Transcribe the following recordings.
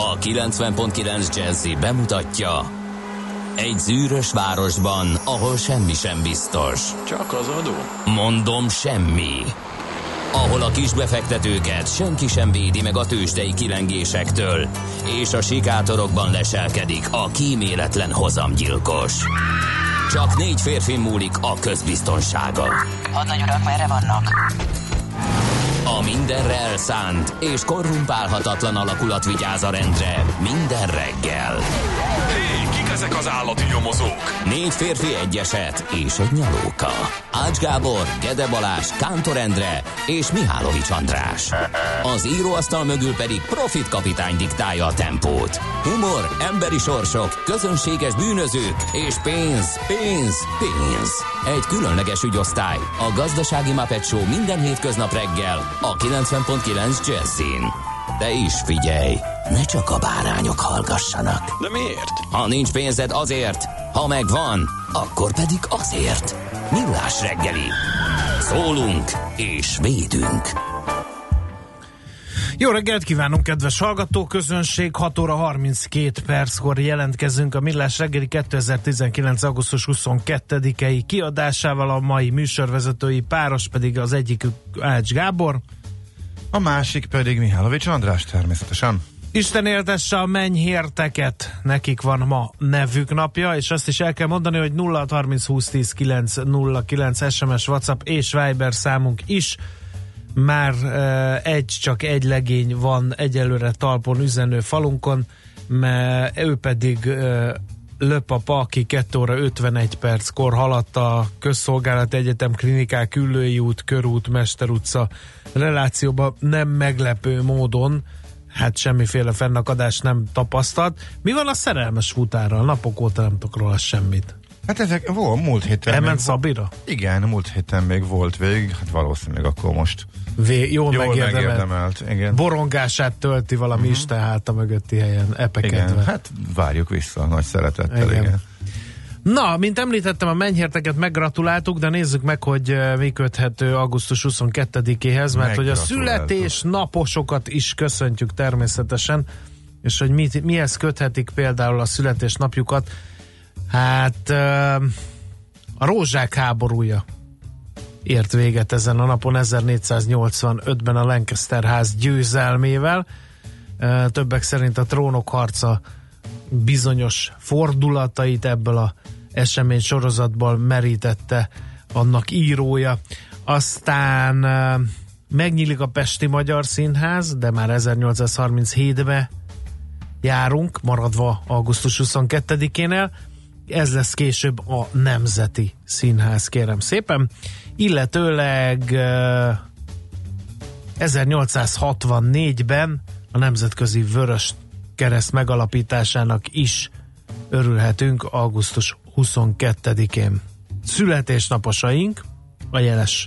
A 90.9 Jazzy bemutatja: egy zűrös városban, ahol semmi sem biztos. Csak az adó? Mondom, semmi. Ahol a kisbefektetőket senki sem védi meg a tőzsdei kilengésektől, és a sikátorokban leselkedik a kíméletlen hozamgyilkos. Csak 4 férfi múlik a közbiztonsága. Hadnagy urak, merre vannak? A mindenre elszánt és korrumpálhatatlan alakulat vigyáz a rendre minden reggel. Hé, kik ezek az állati nyomozók? 4 férfi, egy eset és egy nyalóka. Ács Gábor, Gede Balázs, Kántor Endre és Mihálovics András. Az íróasztal mögül pedig Profit kapitány diktálja a tempót. Humor, emberi sorsok, közönséges bűnözők és pénz, pénz, pénz. Egy különleges ügyosztály, a Gazdasági Muppet Show minden hétköznap reggel a 90.9 Jazzyn. De is figyelj, ne csak a bárányok hallgassanak. De miért? Ha nincs pénzed, azért, ha megvan, akkor pedig azért. Millás reggeli. Szólunk és védünk. Jó reggelt kívánunk, kedves hallgatóközönség! 6 óra 32 perckor jelentkezünk a Millás reggeli 2019. augusztus 22-i kiadásával. A mai műsorvezetői páros pedig az egyikük Ács Gábor, a másik pedig Mihálovics András természetesen. Isten éltesse a mennyhérteket, nekik van ma nevük napja, és azt is el kell mondani, hogy 0630 20 10 909 SMS, WhatsApp és Viber számunk is. Már csak egy legény van egyelőre talpon üzenő falunkon, mert ő pedig Löpapa, aki 2 óra 51 perckor haladt a Közszolgálati Egyetem Klinikák Üllői út, Körút, Mester utca relációba, nem meglepő módon, hát semmiféle fennakadást nem tapasztalt. Mi van a szerelmes futárral? Napok óta nem tudok róla semmit. Hát ezek múlt héten elment Szabira? Igen, múlt héten még volt végig, hát valószínűleg akkor most jól megérdemelt. Igen. Borongását tölti valami Isten háta mögötti helyen, epekedve. Igen, hát várjuk vissza nagy szeretettel. Igen. Na, mint említettem, a mennyhérteket meggratuláltuk, de nézzük meg, hogy mi köthető augusztus 22-éhez, mert hogy a születésnaposokat is köszöntjük természetesen, és hogy mihez köthetik például a születésnapjukat. Hát a rózsák háborúja ért véget ezen a napon 1485-ben a Lancaster ház győzelmével. Többek szerint a Trónok harca bizonyos fordulatait ebből a esemény sorozatból merítette annak írója. Aztán megnyílik a Pesti Magyar Színház, de már 1837-ben járunk, maradva augusztus 22-énél. Ez lesz később a Nemzeti Színház, kérem szépen. Illetőleg 1864-ben a Nemzetközi Vörös Kereszt megalapításának is örülhetünk augusztus 22-én. Születésnaposaink, a jeles.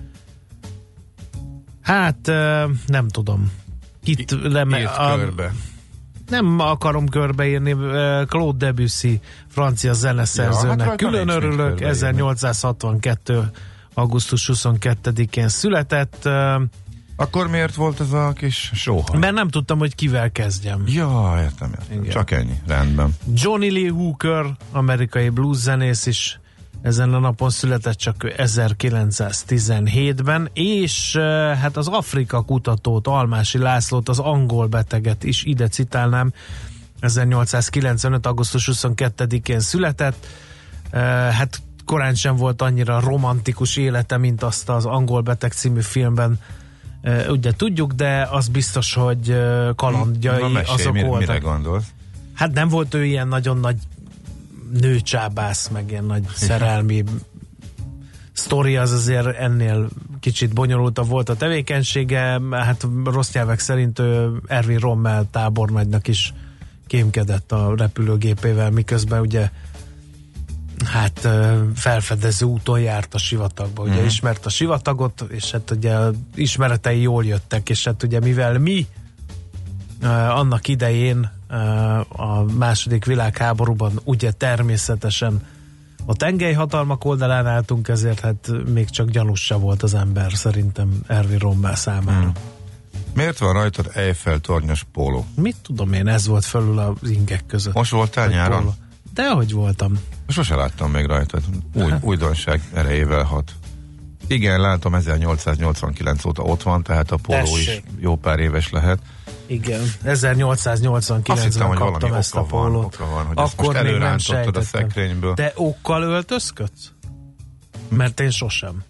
Hát nem tudom. Körbe. Nem akarom körbeírni, Claude Debussy, francia zeneszerzőnek. Hát külön örülök, 1862. augusztus 22-én született. Akkor miért volt ez a kis sóhaj? Mert nem tudtam, hogy kivel kezdjem. Ja, értem. Csak ennyi, rendben. Johnny Lee Hooker, amerikai blueszenész is ezen a napon született, csak 1917-ben, és hát az Afrika kutatót, Almási Lászlót, az angol beteget is ide citálnám, 1895. augusztus 22-én született, hát korán sem volt annyira romantikus élete, mint azt az Angol beteg című filmben ugye tudjuk, de az biztos, hogy kalandjai azok voltak. Mire gondolsz? Hát nem volt ő ilyen nagyon nagy nőcsábász, meg ilyen nagy szerelmi sztori, az azért ennél kicsit bonyolultabb volt a tevékenysége. Hát rossz nyelvek szerint ő Erwin Rommel tábornagynak is kémkedett a repülőgépével, miközben ugye hát felfedező úton járt a sivatagba, ugye ismert a sivatagot, és hát ugye ismeretei jól jöttek, és hát ugye mivel mi annak idején a második világháborúban ugye természetesen a tengelyhatalmak oldalán álltunk, ezért hát még csak gyanús se volt az ember szerintem Erwin Rommel számára. Miért van rajtad Eiffel-tornyos póló? Mit tudom én, ez volt fölül az ingek között. Most voltál nyáron? Póló. Dehogy voltam. Sose láttam még rajtad. Újdonság erejével hat. Igen, látom, 1889 óta ott van, tehát a póló is jó pár éves lehet. Igen, 1889-ben kaptam ezt a pólót. Oka van, hogy akkor most még nem a sejtettem. szekrényből. De okkal öltözködsz? Mert én sosem.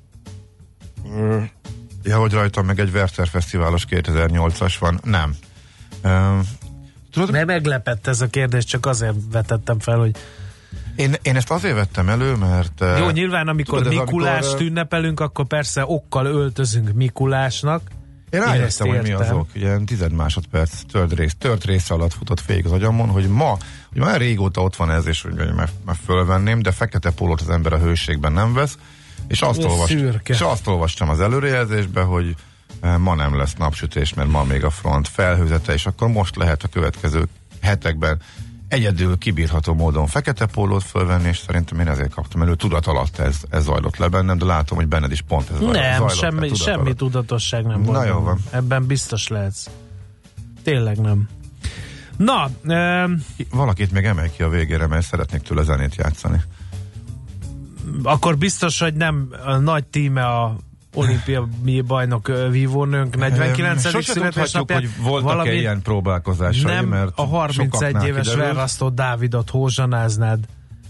Ja, hogy rajtam meg egy Werther Fesztiválos 2008-as van. Nem. Tudod, mert meglepett ez a kérdés, csak azért vetettem fel, hogy én ezt azért vettem elő, mert... Jó, nyilván amikor tudod, Mikulást ünnepelünk, akkor persze okkal öltözünk Mikulásnak. Én rájöttem, hogy mi az ok. Ugye 10 másodperc tört része alatt futott végig az agyamon, hogy ma már régóta ott van ez, és hogy már fölvenném, de fekete pólót az ember a hőségben nem vesz, és azt olvastam az előrejelzésbe, hogy ma nem lesz napsütés, mert ma még a front felhőzete, és akkor most lehet a következő hetekben egyedül kibírható módon fekete pólót fölvenni, és szerintem én ezért kaptam elő. Tudat alatt ez zajlott le bennem, de látom, hogy benned is pont ez zajlott. Nem, semmi tudatosság nem volt. Na jó van. Ebben biztos lehetsz. Tényleg nem. Na. Valakit még emelj ki a végére, mert szeretnék tőle zenét játszani. Akkor biztos, hogy nem a nagy tíme a olimpiai bajnok vívónőnk 49. születésnapján. Hogy voltak-e ilyen próbálkozásai, nem, mert a 31 éves Verrasztó Dávidot hózsanáznád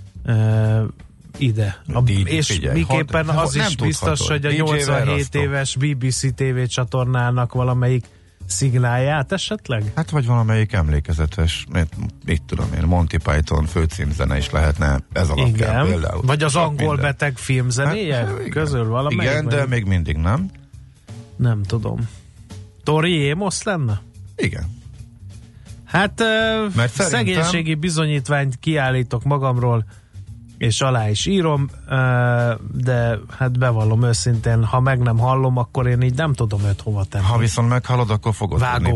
ide. És figyelj, miképpen az is biztos, hogy a 87 éves BBC TV csatornának valamelyik szignálját esetleg? Hát vagy valamelyik emlékezetes, mit tudom én, Monty Python főcímzene is lehetne ez alapján például. Vagy az angol beteg filmzenéje közül valamelyik? Igen, de még mindig nem. Nem tudom. Tori Amos lenne? Igen. Hát szegénységi bizonyítványt kiállítok magamról, és alá is írom, de hát bevallom őszintén, ha meg nem hallom, akkor én így nem tudom őt hova tenni. Ha viszont meghallod, akkor fogod tudni.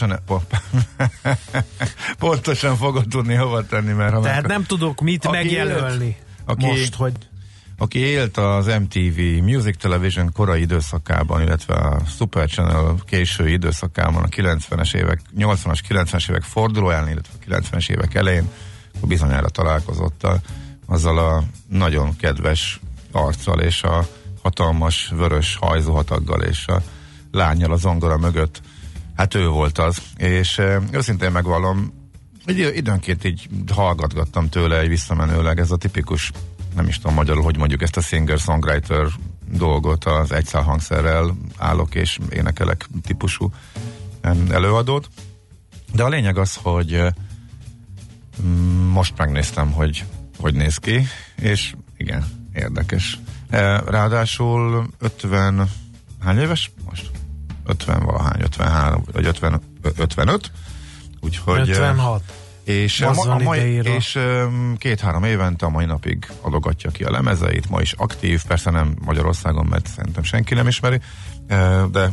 Pontosan fogod tudni hova tenni, mert tehát nem tudok mit megjelölni most, hogy... Aki élt az MTV Music Television korai időszakában, illetve a Super Channel késői időszakában, a 90-es évek, 80-as, 90-es évek fordulóján, illetve a 90-es évek elején, akkor bizonyára találkozott azzal a nagyon kedves arccal, és a hatalmas vörös hajzuhataggal, és a lánnyal a zongora mögött. Hát ő volt az. És őszintén megvallom, időnként így hallgatgattam tőle egy visszamenőleg, ez a tipikus, nem is tudom magyarul, hogy mondjuk ezt a singer-songwriter dolgot, az egyszál hangszerrel állok és énekelek típusú előadót. De a lényeg az, hogy most megnéztem, hogy néz ki, és igen, érdekes. Ráadásul 50, hány éves most? 50 valahány, 53, vagy 55, úgyhogy 56. És 2-3 évente a mai napig adogatja ki a lemezeit, ma is aktív, persze nem Magyarországon, mert szerintem senki nem ismeri, de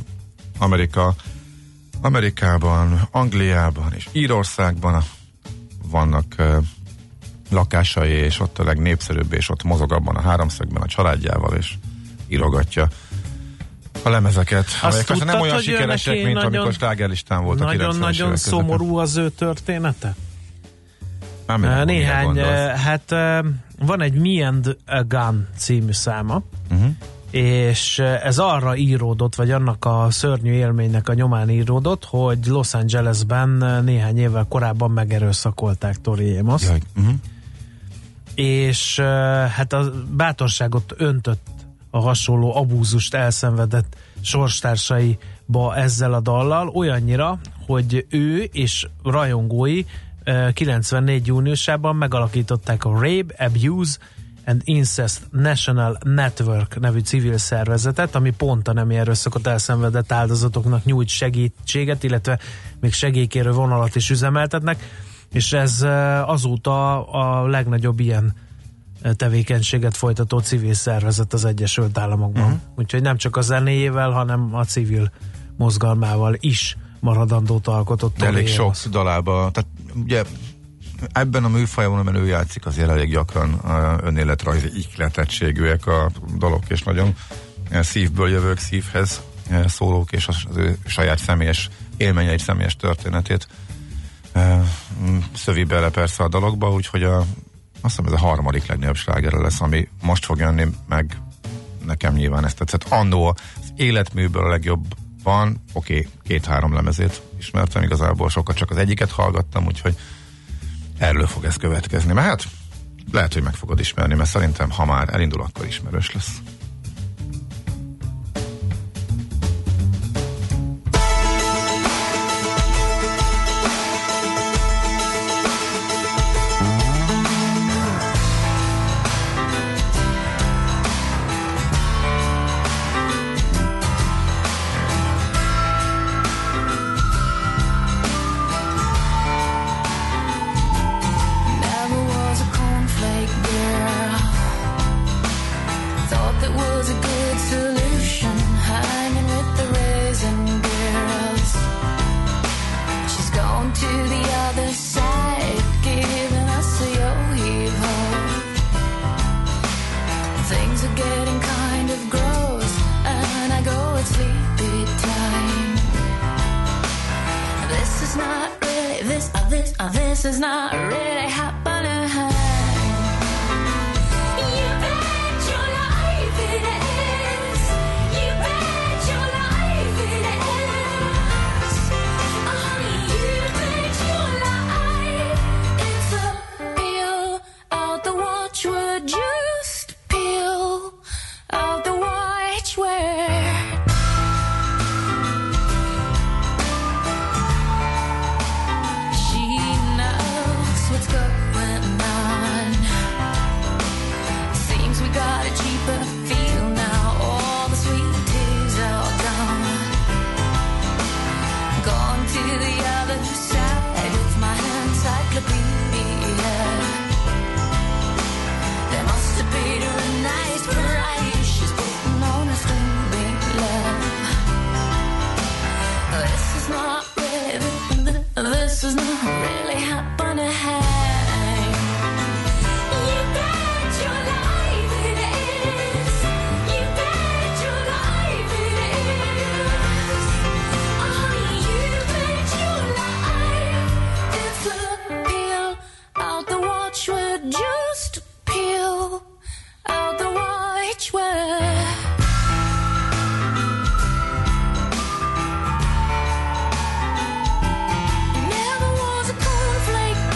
Amerikában, Angliában és Írországban vannak lakásai, és ott a legnépszerűbb, és ott mozog abban a háromszögben a családjával, és írogatja a lemezeket. Azt nem olyan sikeresek, mint amikor slágerlistán volt a 90-es évek között. Nagyon szomorú az ő története? Néhány, hát van egy Me and a Gun című száma, és ez arra íródott, vagy annak a szörnyű élménynek a nyomán íródott, hogy Los Angelesben néhány évvel korábban megerőszakolták Tori Amos-t, és hát a bátorságot öntött a hasonló abúzust elszenvedett sorstársaiba ezzel a dallal, olyannyira, hogy ő és rajongói 94 júniusában megalakították a Rape, Abuse and Incest National Network nevű civil szervezetet, ami pont a nemi erőszakot elszenvedett áldozatoknak nyújt segítséget, illetve még segélykérő vonalat is üzemeltetnek, és ez azóta a legnagyobb ilyen tevékenységet folytató civil szervezet az Egyesült Államokban. Úgyhogy nem csak a zenéjével, hanem a civil mozgalmával is maradandót alkotott. Elég sok dalába, tehát ugye ebben a műfajban, amiben ő játszik, azért elég gyakran önéletrajzi ihletettségűek a dalok, és nagyon szívből jövők, szívhez szólók és az ő saját személyes élményeit, személyes történetét szövi bele persze a dalokba, úgyhogy azt hiszem ez a harmadik legnagyobb sláger lesz, ami most fog jönni, meg nekem nyilván ezt tetszett. Annó az életműből a legjobb van, oké, 2-3 lemezét ismertem, igazából sokat csak az egyiket hallgattam, úgyhogy erről fog ez következni. Mert hát lehet, hogy meg fogod ismerni, mert szerintem ha már elindul, akkor ismerős lesz. This is not really happening. You bet your life it is. You bet your life it is. Honey, you bet your life. It's a peel out the watchword. Just peel out the watchword. This is not really happening. You bet your life it is. You bet your life it is. Honey, you bet your life. It's a peel out the watchword. Just peel out the watchword. Never was a cornflake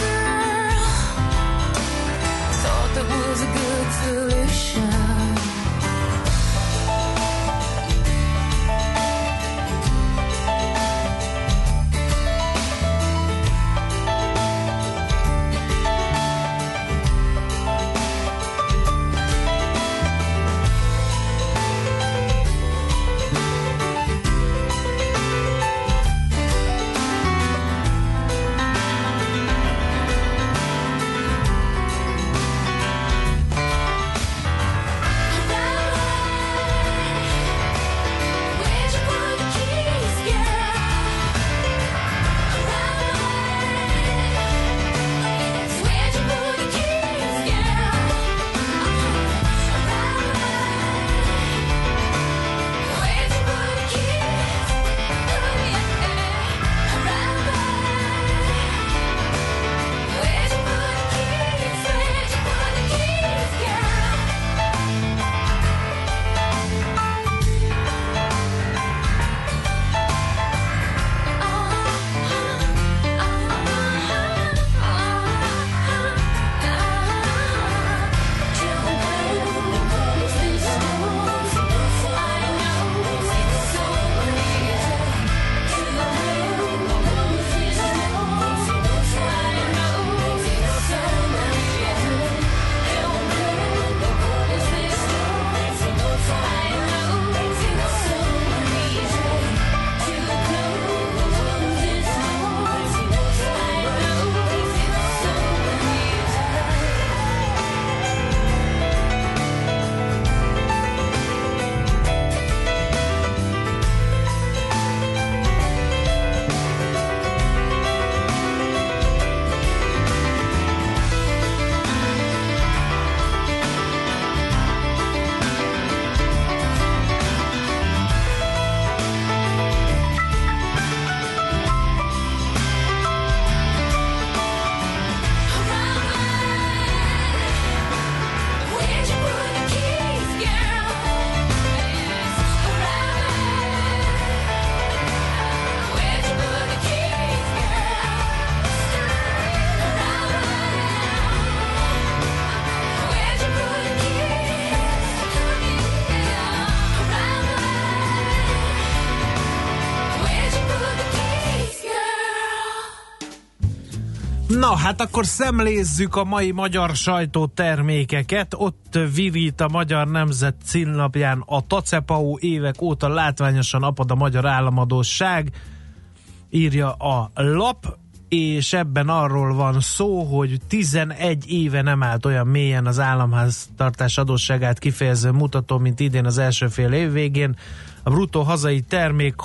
Na, hát akkor szemlézzük a mai magyar sajtótermékeket. Ott virít a Magyar Nemzet címlapján a Tacepau, évek óta látványosan apad a magyar államadósság, írja a lap, és ebben arról van szó, hogy 11 éve nem állt olyan mélyen az államháztartás adósságát kifejező mutató, mint idén az első fél év végén. A bruttó hazai termék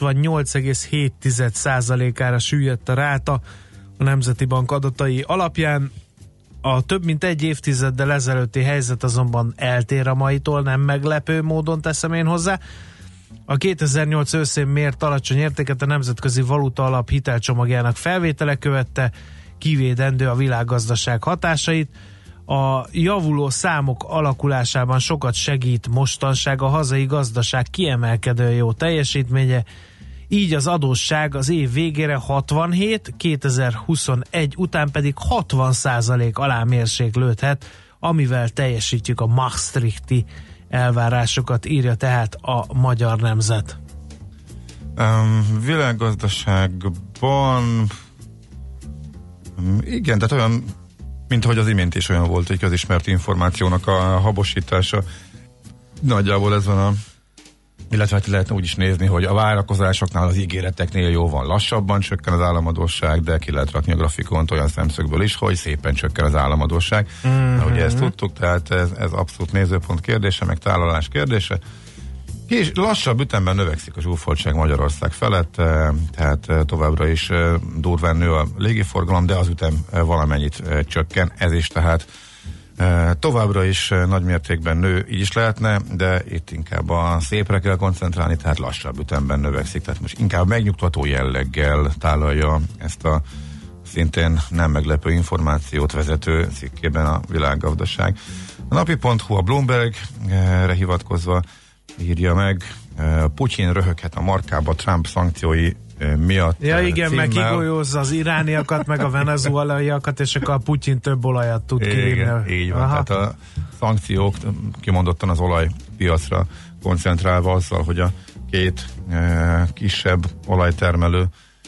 68,7%-ára süllyedt a ráta a Nemzeti Bank adatai alapján. A több mint egy évtizeddel ezelőtti helyzet azonban eltér a maitól, nem meglepő módon teszem én hozzá. A 2008 őszén mért alacsony értéket a Nemzetközi Valuta Alap hitelcsomagjának felvétele követte, kivédendő a világgazdaság hatásait. A javuló számok alakulásában sokat segít mostanság a hazai gazdaság kiemelkedő jó teljesítménye, így az adósság az év végére 67, 2021 után pedig 60% alá mérséklődhet, amivel teljesítjük a Maastrichti elvárásokat, írja tehát a Magyar Nemzet. Világgazdaságban igen, tehát olyan, mint ahogy az imént is olyan volt egy közismert információnak a habosítása. Nagyjából ez van illetve hát lehetne úgy is nézni, hogy a várakozásoknál, az ígéreteknél jóval lassabban csökken az államadósság, de ki lehet rakni a grafikont olyan szemszögből is, hogy szépen csökken az államadósság. Ugye ezt tudtuk, tehát ez abszolút nézőpont kérdése, meg tálalás kérdése. És lassabb ütemben növekszik a zsúfoltság Magyarország felett, tehát továbbra is durván nő a légiforgalom, de az ütem valamennyit csökken, ez is tehát továbbra is nagy mértékben nő, így is lehetne, de itt inkább a szépre kell koncentrálni, tehát lassabb ütemben növekszik, tehát most inkább megnyugtató jelleggel tálalja ezt a szintén nem meglepő információt vezető cikkében a Világgazdaság. A napi.hu a Bloombergre hivatkozva írja meg, Putyin röhöghet a markába Trump szankciói miatt. Ja igen, címmel. meg kigolyózza az irániakat, meg a venezuelaiakat, és akkor a Putyin több olajat tud kivinni. Így van, tehát a szankciók kimondottan az olajpiacra koncentrálva azzal, hogy a két kisebb olajtermelő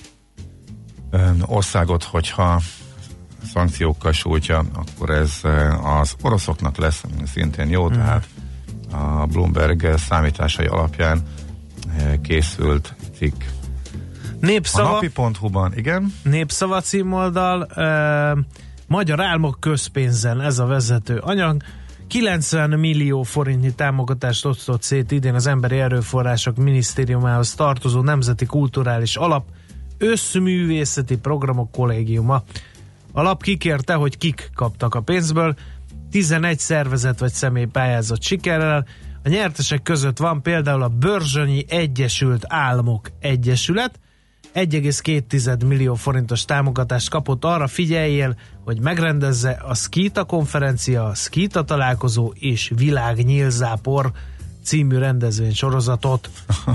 országot, hogyha szankciókkal sújtja, akkor ez az oroszoknak lesz szintén jó, tehát a Bloomberg számításai alapján készült cikk. Népszava, a napi.hu-ban, igen. Népszava címoldal, Magyar Álmok közpénzen, ez a vezető anyag. 90 millió forintnyi támogatást osztott szét idén az Emberi Erőforrások Minisztériumához tartozó Nemzeti Kulturális Alap Összművészeti Programok Kollégiuma. A lap kikérte, hogy kik kaptak a pénzből. 11 szervezet vagy személy pályázott sikerrel. A nyertesek között van például a Börzsönyi Egyesült Álmok Egyesület, 1,2 millió forintos támogatást kapott, arra figyeljél, hogy megrendezze a Szkíta konferencia, a Szkíta találkozó és Világnyílzápor című rendezvénysorozatot.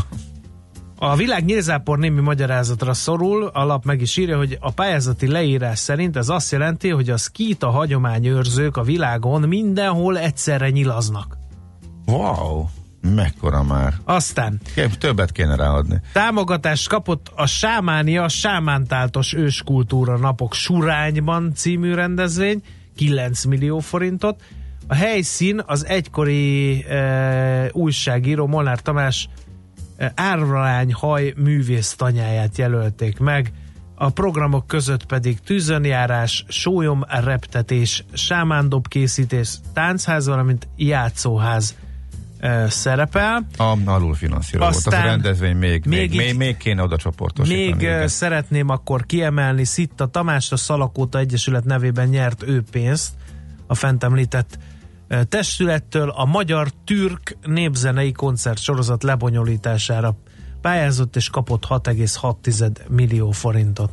A Világnyílzápor némi magyarázatra szorul, a lap meg is írja, hogy a pályázati leírás szerint ez azt jelenti, hogy a Szkíta hagyományőrzők a világon mindenhol egyszerre nyilaznak. Wow, mekkora már. Aztán Többet kéne ráadni. támogatást kapott a Sámánia Sámántáltos őskultúra napok Surányban című rendezvény, 9 millió forintot. A helyszín az egykori újságíró Molnár Tamás árvalányhaj művész tanyáját jelölték meg. A programok között pedig tűzönjárás, sólyomreptetés, sámándobkészítés, táncház, valamint játszóház szerepel. Alul finanszírozott. Az a rendezvény még kéne oda csoportosítani. Még szeretném akkor kiemelni Szitta Tamást, a Szalakóta Egyesület nevében nyert ő pénzt a fent említett testülettől. A Magyar-Türk népzenei koncertsorozat lebonyolítására pályázott és kapott 6,6 millió forintot.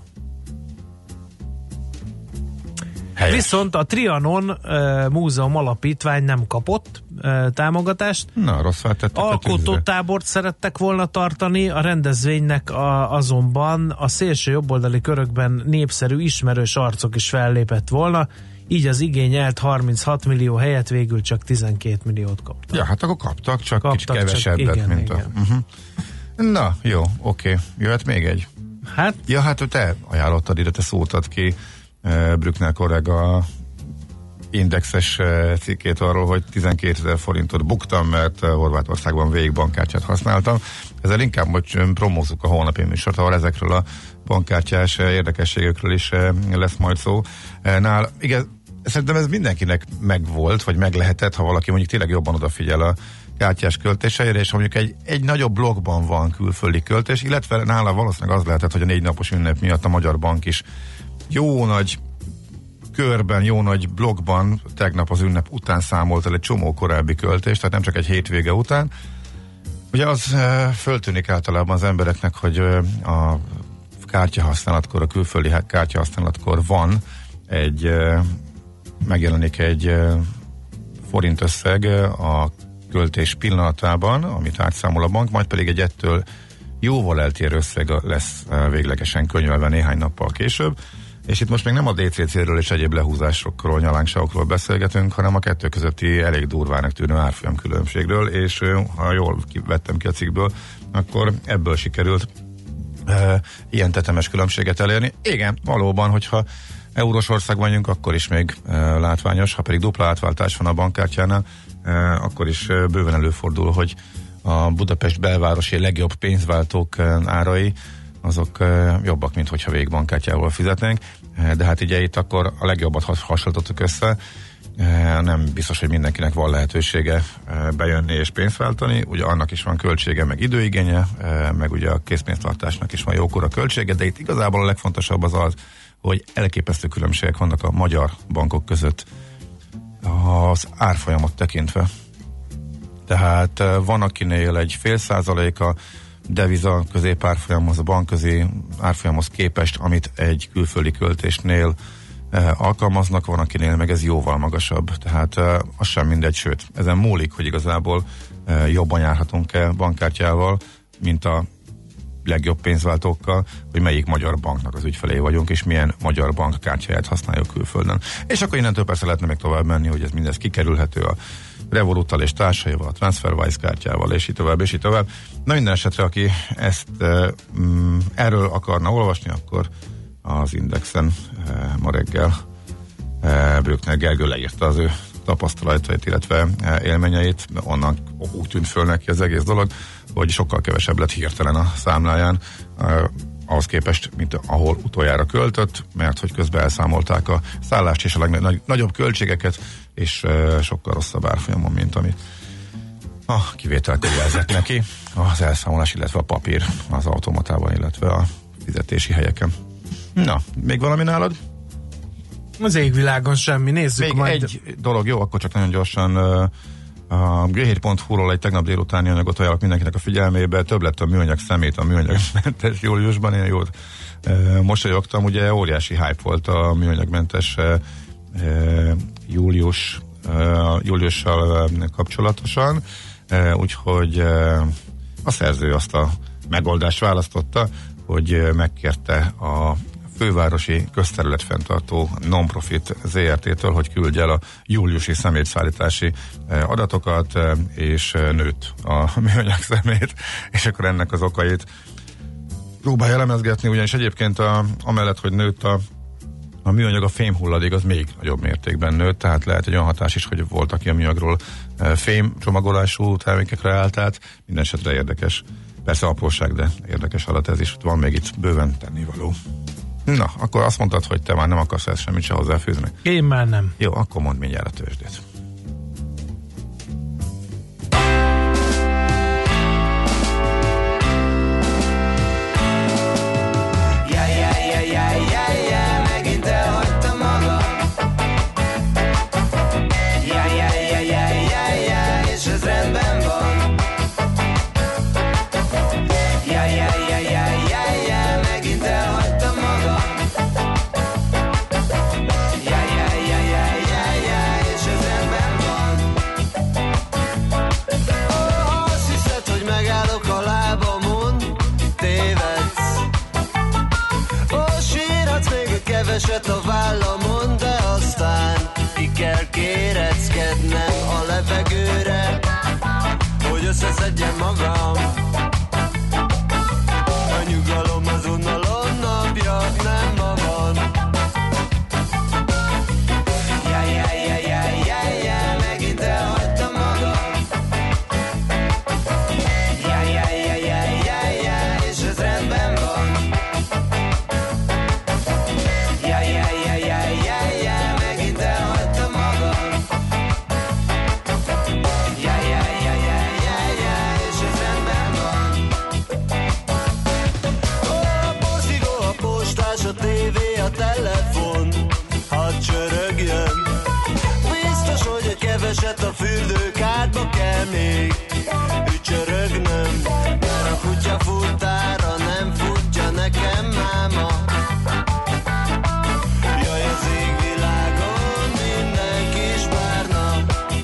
Helyes. Viszont a Trianon Múzeum Alapítvány nem kapott támogatást. Na, rossz feltettek a tűzre. Alkotótábort szerettek volna tartani, a rendezvénynek azonban a szélső jobboldali körökben népszerű, ismerős arcok is fellépett volna, így az igényelt 36 millió helyett végül csak 12 milliót kaptak. Ja, hát akkor kaptak, csak kicsit kevesebbet, igen, mint igen. Na, jó, oké. Jöhet még egy. Hát? Ja, hát te ajánlottad ide, te szóltad ki Brückner kollega indexes cikkét arról, hogy 12 000 forintot buktam, mert Horvátországban végig bankkártyát használtam. Ezzel inkább most promózzuk a holnapi műsort, ahol ezekről a bankkártyás érdekességekről is lesz majd szó. Igen, szerintem ez mindenkinek megvolt, vagy meg lehetett, ha valaki mondjuk tényleg jobban odafigyel a kártyás költéseire, és mondjuk egy nagyobb blokkban van külföldi költés, illetve nála valószínűleg az lehetett, hogy a 4 napos ünnep miatt a Magyar Bank is jó nagy körben, jó nagy blokkban tegnap az ünnep után számolt el egy csomó korábbi költést, tehát nem csak egy hétvége után. Ugye az föltűnik általában az embereknek, hogy a kártyahasználatkor, a külföldi kártyahasználatkor van megjelenik egy forint összeg a költés pillanatában, amit átszámol a bank, majd pedig egy ettől jóval eltérő összeg lesz véglegesen könyvelve néhány nappal később. És itt most még nem a DCC-ről és egyéb lehúzásokról, nyalánkságokról beszélgetünk, hanem a kettő közötti elég durvának tűnő árfolyam különbségről, és ha jól vettem ki a cikkből, akkor ebből sikerült ilyen tetemes különbséget elérni. Igen, valóban, hogyha eurós ország vagyunk, akkor is még látványos, ha pedig dupla átváltás van a bankkártyánál, akkor is bőven előfordul, hogy a Budapest belvárosi legjobb pénzváltók árai azok jobbak, mint hogyha végigbankkártyával fizetnénk, de hát ugye itt akkor a legjobbat hasonlítottuk össze, nem biztos, hogy mindenkinek van lehetősége bejönni és pénzt váltani, ugye annak is van költsége, meg időigénye, meg ugye a készpénztartásnak is van jókora költsége, de itt igazából a legfontosabb az, hogy elképesztő különbségek vannak a magyar bankok között az árfolyamot tekintve. Tehát van, akinél egy 0,5% deviza középárfolyamhoz, a bankközi árfolyamhoz képest, amit egy külföldi költésnél alkalmaznak, van, akinél meg ez jóval magasabb. Tehát az sem mindegy, sőt, ezen múlik, hogy igazából jobban járhatunk-e bankkártyával, mint a legjobb pénzváltókkal, hogy melyik magyar banknak az ügyfelé vagyunk, és milyen magyar bank kártyáját használjuk külföldön. És akkor innentől persze lehetne még tovább menni, hogy ez mindez kikerülhető a Revoluttal és társaival, a TransferWise kártyával, és így tovább, és így tovább. Na minden esetre, aki ezt erről akarna olvasni, akkor az Indexen ma reggel Brückner Gergő leírta az ő tapasztalatait, illetve élményeit, onnan úgy tűnt föl neki az egész dolog, hogy sokkal kevesebb lett hirtelen a számláján, ahhoz képest, mint ahol utoljára költött, mert hogy közben elszámolták a szállást és a legnagyobb költségeket, és sokkal rosszabb árfolyamon, mint amit a kivételkor jelzett neki az elszámolás, illetve a papír az automatában, illetve a fizetési helyeken. Na, még valami nálad? Az égvilágon semmi, nézzük még majd. Egy dolog, jó, akkor csak nagyon gyorsan a g7.hu-ról egy tegnap délutáni anyagot ajánlok mindenkinek a figyelmébe, több lett a műanyag szemét a műanyagmentes júliusban, én jól mosolyogtam, ugye óriási hype volt a műanyagmentes júliussal kapcsolatosan, úgyhogy a szerző azt a megoldást választotta, hogy megkérte a fővárosi közterületfenntartó non-profit ZRT-től, hogy küldje el a júliusi szemétszállítási adatokat, és nőtt a műanyag szemét, és akkor ennek az okait próbálja elemezgetni, ugyanis egyébként amellett, hogy nőtt a műanyag, a fémhulladék az még nagyobb mértékben nőtt, tehát lehet egy olyan hatás is, hogy volt, aki a műanyagról fém csomagolású termékekre állt át, minden esetre érdekes. Persze apróság, de érdekes adat ez is, van még itt bőven tennivaló. Na, akkor azt mondtad, hogy te már nem akarsz ezt semmit se hozzáfűzni. Én már nem. Jó, akkor mondd mindjárt a tőzsdét. Megint elhagytam magam. És ez rendben van. Megint elhagytam magam. És ez rendben van. Azt hiszed, hogy megállok a lábamon, tévedsz. Sírhatsz még keveset a vállamon, de aztán ki kell kéreckednem a levegőre, hogy összeszedjem magam. A nyugalom az unalom napja, nem ma van. a telefon, hadd csörögjön. Biztos, hogy egy keveset a fürdőkádba kell még ücsörögnöm, mert a kutya futtára nem futja nekem máma. Jaj, az égvilágon mindenki is várna.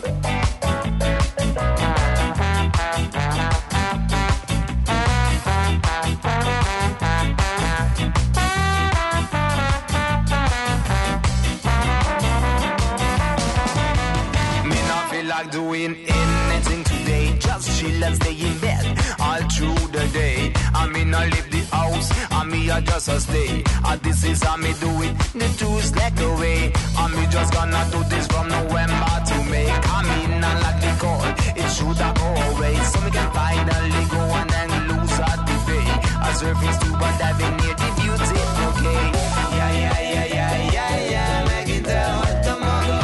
Doing anything today, just chill and stay in bed all through the day. I mean, I leave the house, I mean, I just a stay. This is how me do it, the two's like away. I mean, just gonna do this from November to May. I mean, I like the call, it should have go away. So we can finally go and then lose at the day. I surfing scuba diving near the beauty, okay. Yeah, yeah, yeah, yeah, yeah, yeah, megint elhagytam magam.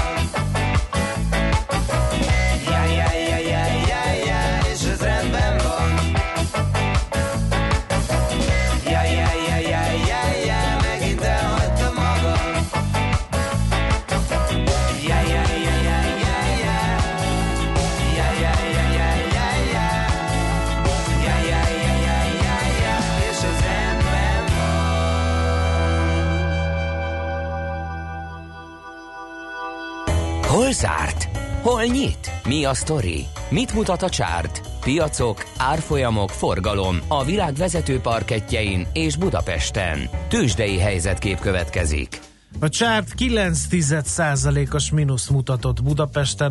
Hol zárt? Hol nyit? Mi a sztori? Mit mutat a csárt? Piacok, árfolyamok, forgalom a világ vezető parkettjein és Budapesten. Tőzsdei helyzetkép következik. A csárt 9,1%-os mínusz mutatott Budapesten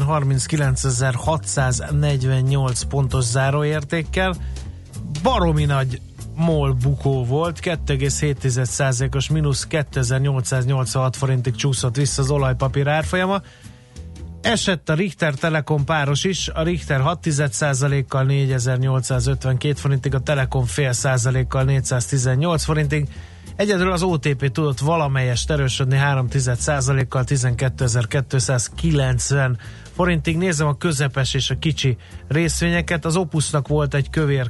39.648 pontos záróértékkel. Baromi nagy MOL bukó volt, 2,7%-os mínusz, 2886 forintig csúszott vissza az olajpapír árfolyama. Esett a Richter Telekom páros is, a Richter 6,1%-kal 4852 forintig, a Telekom fél százalékkal 418 forintig. Egyedül az OTP tudott valamelyest erősödni 3,1%-kal 12.290 forintig. Nézem a közepes és a kicsi részvényeket. Az Opusnak volt egy kövér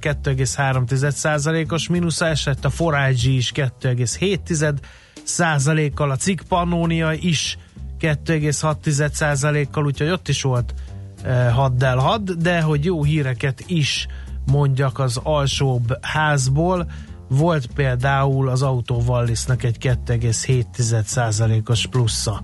2,3%-os mínusza, esett a Forage is 2,7%-kal, a Cikk Pannonia is 2,6%-kal, úgyhogy ott is volt haddel hadd, de hogy jó híreket is mondjak az alsóbb házból, volt például az Auto Wallisnak egy 2,7%-os plusza.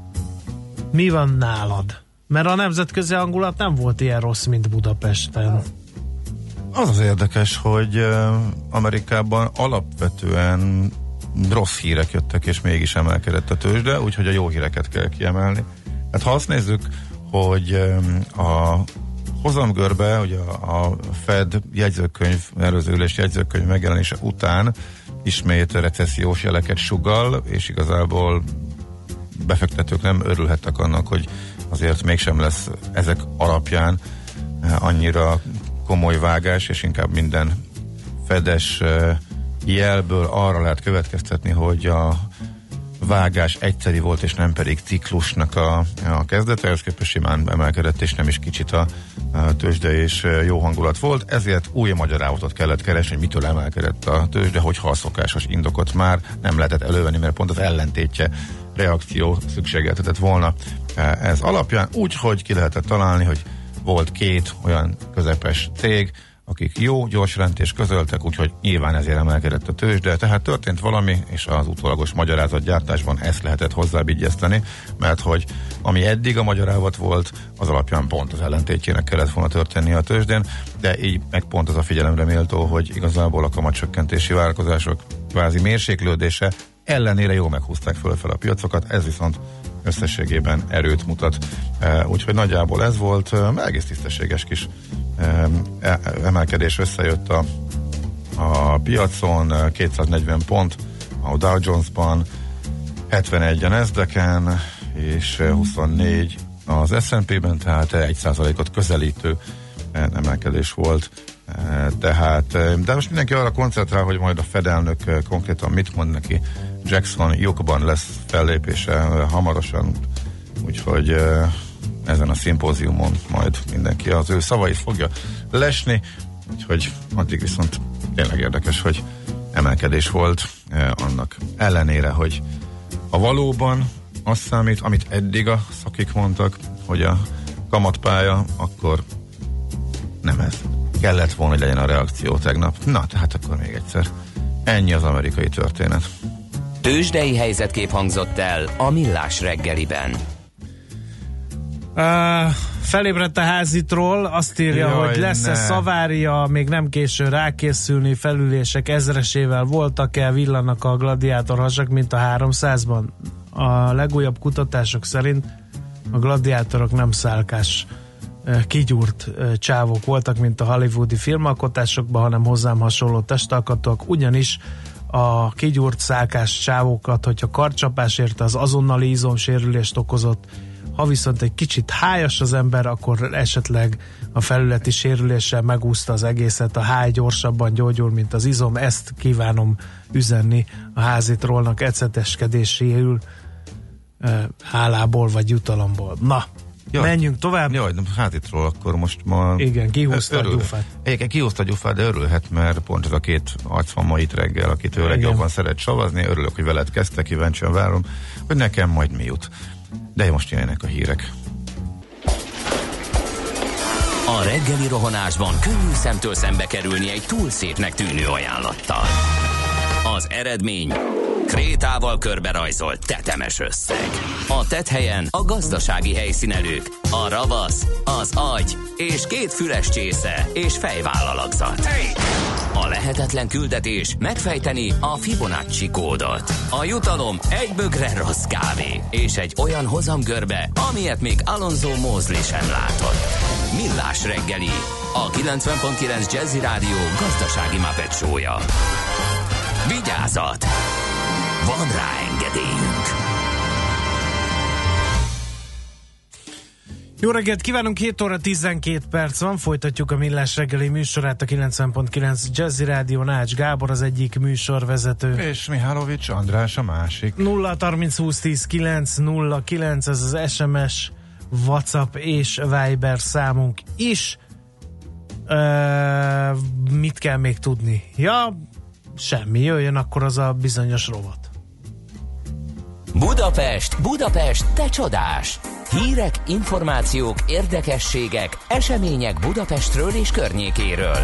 Mi van nálad? Mert a nemzetközi hangulat nem volt ilyen rossz, mint Budapesten. Az az érdekes, hogy Amerikában alapvetően rossz hírek jöttek, és mégis emelkedett a tőzsde, úgyhogy a jó híreket kell kiemelni. Hát ha azt nézzük, hogy a hozamgörbe, ugye a Fed jegyzőkönyv, előző ülés jegyzőkönyv megjelenése után ismét recessziós jeleket sugall, és igazából befektetők nem örülhettek annak, hogy azért mégsem lesz ezek alapján annyira komoly vágás, és inkább minden fedes jelből arra lehet következtetni, hogy a vágás egyszeri volt, és nem pedig ciklusnak a kezdete, ez képest simán emelkedett, és nem is kicsit a tőzsde, és jó hangulat volt, ezért új magyarázatot kellett keresni, hogy mitől emelkedett a tőzsde, hogyha a szokásos indokot már nem lehetett elővenni, mert pont az ellentétje reakció szükségeltetett volna ez alapján, úgyhogy ki lehetett találni, hogy volt két olyan közepes cég, akik jó, gyors jelentést közöltek, úgyhogy nyilván ezért emelkedett a tőzsde, tehát történt valami, és az utólagos magyarázatgyártásban ezt lehetett hozzábigyezteni, mert hogy ami eddig a magyarázat volt, az alapján pont az ellentétjének kellett volna történni a tőzsdén, de így meg pont az a figyelemre méltó, hogy igazából a kamatcsökkentési várakozások kvázi mérséklődése ellenére jól meghúzták fölfel a piacokat, ez viszont összességében erőt mutat. Úgyhogy nagyjából ez volt, egész tisztességes kis emelkedés összejött a piacon, 240 pont a Dow Jones-ban, 71 a Nasdaq-en, és 24 az S&P-ben, tehát 1%-ot közelítő emelkedés volt. Tehát, de most mindenki arra koncentrál, hogy majd a Fed elnök konkrétan mit mond neki. Jackson lyukban lesz fellépése hamarosan, úgyhogy ezen a szimpóziumon majd mindenki az ő szavait fogja lesni, úgyhogy addig viszont tényleg érdekes, hogy emelkedés volt, annak ellenére, hogy Ha valóban azt számít, amit eddig a szakik mondtak, hogy a kamatpálya, akkor nem ez. Kellett volna, hogy legyen a reakció tegnap. Na, tehát akkor még egyszer. Ennyi az amerikai történet. Tőzsdei helyzetkép hangzott el a Millás reggeliben. Felébredt a házitról, azt írja, Jaj, hogy lesz-e szavária, még nem késő rákészülni, felülések ezresével voltak-e, villanak a gladiátorhasak, mint a 300-ban. A legújabb kutatások szerint a gladiátorok nem szálkás, kigyúrt csávok voltak, mint a hollywoodi filmalkotásokban, hanem hozzám hasonló testalkatok, ugyanis a kigyúrt szálkás csávokat, hogyha karcsapás érte, az azonnali izomsérülést okozott. Ha viszont egy kicsit hájas az ember, akkor esetleg a felületi sérüléssel megúszta az egészet, a háj gyorsabban gyógyul, mint az izom. Ezt kívánom üzenni a házitrólnak eceteskedéséül, hálából vagy jutalomból. Na, menjünk tovább. Jaj, házitról akkor most ma... Igen, kihúzta a gyufát. Igen, kihúzta a gyufát, de örülhet, mert pont ez a két arc van ma itt reggel, akit ő legjobban szeret savazni. Örülök, hogy veled kezdte, kíváncsian várom, hogy nekem majd mi jut. De most jönnek a hírek. A reggeli rohanásban könnyű szemtől szembe kerülni egy túl szépnek tűnő ajánlattal. Az eredmény krétával körberajzolt tetemes összeg. A tetthelyen a gazdasági helyszínelők, a ravasz, az agy és 2 füles csésze és fejvállalakzat. A lehetetlen küldetés megfejteni a Fibonacci kódot. A jutalom egy bögre rossz kávé és egy olyan hozamgörbe, amilyet még Alonso Mosley sem látott. Millás reggeli, a 90.9 Jazzy Rádió gazdasági Muppet show-ja. Vigyázat! Van rá engedélyünk! Jó reggelt kívánunk, 7 óra 12 perc van, folytatjuk a Millás reggeli műsorát, a 90.9 Jazzy Rádión. Ács Gábor az egyik műsorvezető. És Mihálovics András a másik. 0-30-20-10-9-09, ez az SMS, WhatsApp és Viber számunk is. Mit kell még tudni? Ja, semmi, jöjjön akkor az a bizonyos rovat. Budapest, Budapest, te csodás! Hírek, információk, érdekességek, események Budapestről és környékéről.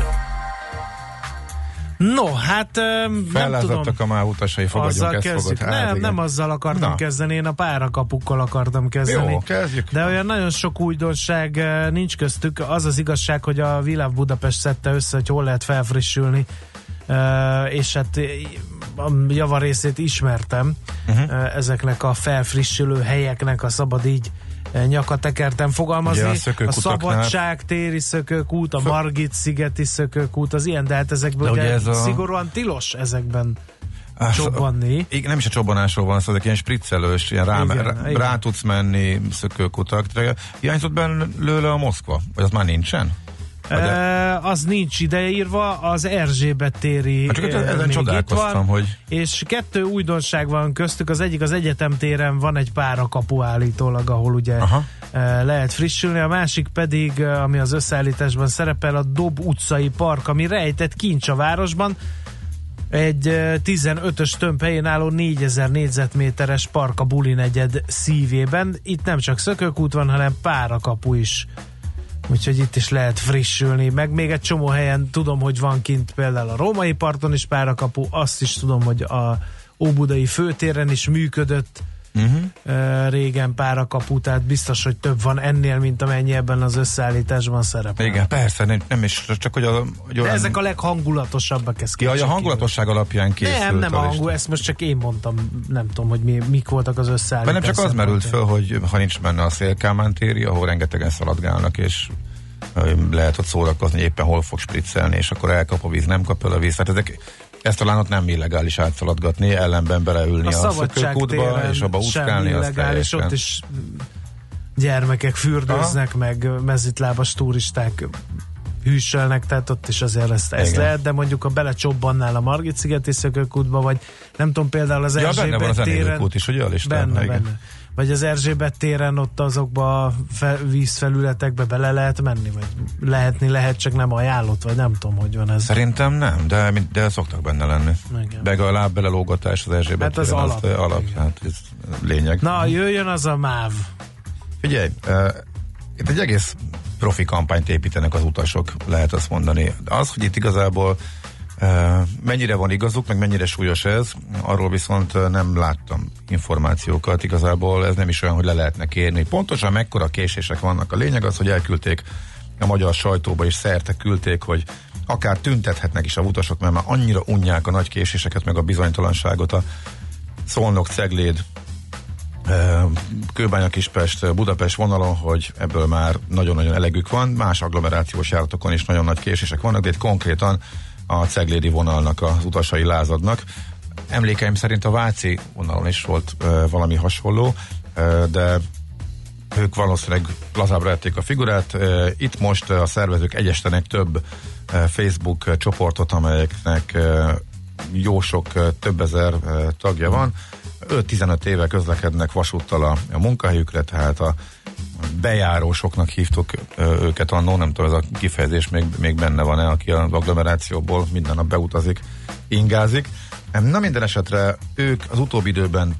No, hát nem tudom. A MÁV utasai, fogadjunk, ezt fogod. Nem azzal akartam kezdeni, én a párakapukkal akartam kezdeni. Jó, kezdjük. De olyan nagyon sok újdonság nincs köztük. Az az igazság, hogy a We Love Budapest szedte össze, hogy hol lehet felfrissülni, és hát a javarészét ismertem ezeknek a felfrissülő helyeknek, a szabad így nyakatekerten fogalmazni. A Szabadság téri szökőkút, a Margit-szigeti szökőkút, az ilyen, de hát ezekből ugye szigorúan tilos ezekben csobbanni. Nem is a csobbanásról van szó, de ilyen spriccelős, ilyen rá tudsz menni szökőkutak. Hiányzott belőle a Moszkva? Vagy az már nincsen? Az nincs ideírva, az Erzsébet téri ezen csodálkoztam, hogy... És 2 újdonság van köztük, az egyik az Egyetem téren van egy párakapu állítólag, ahol ugye lehet frissülni, a másik pedig, ami az összeállításban szerepel, a Dob utcai park, ami rejtett kincs a városban, egy 15-ös tömbhelyén álló 4000 négyzetméteres park a Buli negyed szívében. Itt nem csak szökőkút van, hanem párakapu is. Úgyhogy itt is lehet frissülni, meg még egy csomó helyen tudom, hogy van kint például a Római parton is párakapu, azt is tudom, hogy a Óbudai főtéren is működött régen párakapu, tehát biztos, hogy több van ennél, mint amennyi ebben az összeállításban szerepel. Igen, persze, nem is, csak hogy de ezek a leghangulatosabbak, ez a hangulatosság alapján készült. Nem a hangul, ezt most csak én mondtam, nem tudom, hogy mik voltak az összeállítások. Nem csak az merült föl, hogy ha nincs benne a Szél-Kálmán téri, ahol rengetegen szaladgálnak, és lehet ott szórakozni, hogy éppen hol fog spriccelni, és akkor elkap a víz, nem kap el a víz. Tehát ezt talán ott nem illegális átszaladgatni, ellenben beleülni a szökőkútba, és abba úszkálni. Azt teljesen. Ott is gyermekek fürdőznek, meg mezitlábas turisták hűsölnek, tehát ott is azért ez lehet, de mondjuk ha belecsobbannál a Margit-szigeti szökőkútba, vagy nem tudom, például az Erzsébet téren... is, ugye a listán? Benne. Vagy az Erzsébet téren ott azokba a vízfelületekbe bele lehet menni, vagy lehet, csak nem ajánlott, vagy nem tudom, hogy van ez. Szerintem nem, de szoktak benne lenni. Igen. Meg a lábbelelógatás az Erzsébet téren, az alap, hát ez lényeg. Na, jöjjön az a MÁV. Figyelj, itt egy egész profi kampányt építenek az utasok, lehet azt mondani. Az, hogy itt igazából mennyire van igazuk, meg mennyire súlyos ez, arról viszont nem láttam információkat. Igazából ez nem is olyan, hogy le lehetne kérni. Pontosan mekkora késések vannak. A lényeg az, hogy elküldték a magyar sajtóba, és szerte küldték, hogy akár tüntethetnek is a utasok, mert már annyira unják a nagy késéseket, meg a bizonytalanságot a Szolnok-Cegléd, Kőbánya-Kispest, Budapest vonalon, hogy ebből már nagyon-nagyon elegük van. Más agglomerációs járatokon is nagyon nagy késések vannak, de itt konkrétan a ceglédi vonalnak az utasai lázadnak. Emlékeim szerint a váci vonalon is volt valami hasonló, de ők valószínűleg lazábbra ették a figurát. Itt most a szervezők egyestenek több Facebook csoportot, amelyeknek jó sok, több ezer tagja van. 5-15 éve közlekednek vasúttal a munkahelyükre, tehát a bejárósoknak hívtuk őket annó, nem tudom, ez a kifejezés még benne van-e, aki az agglomerációból minden nap beutazik, ingázik. Na, minden esetre ők az utóbbi időben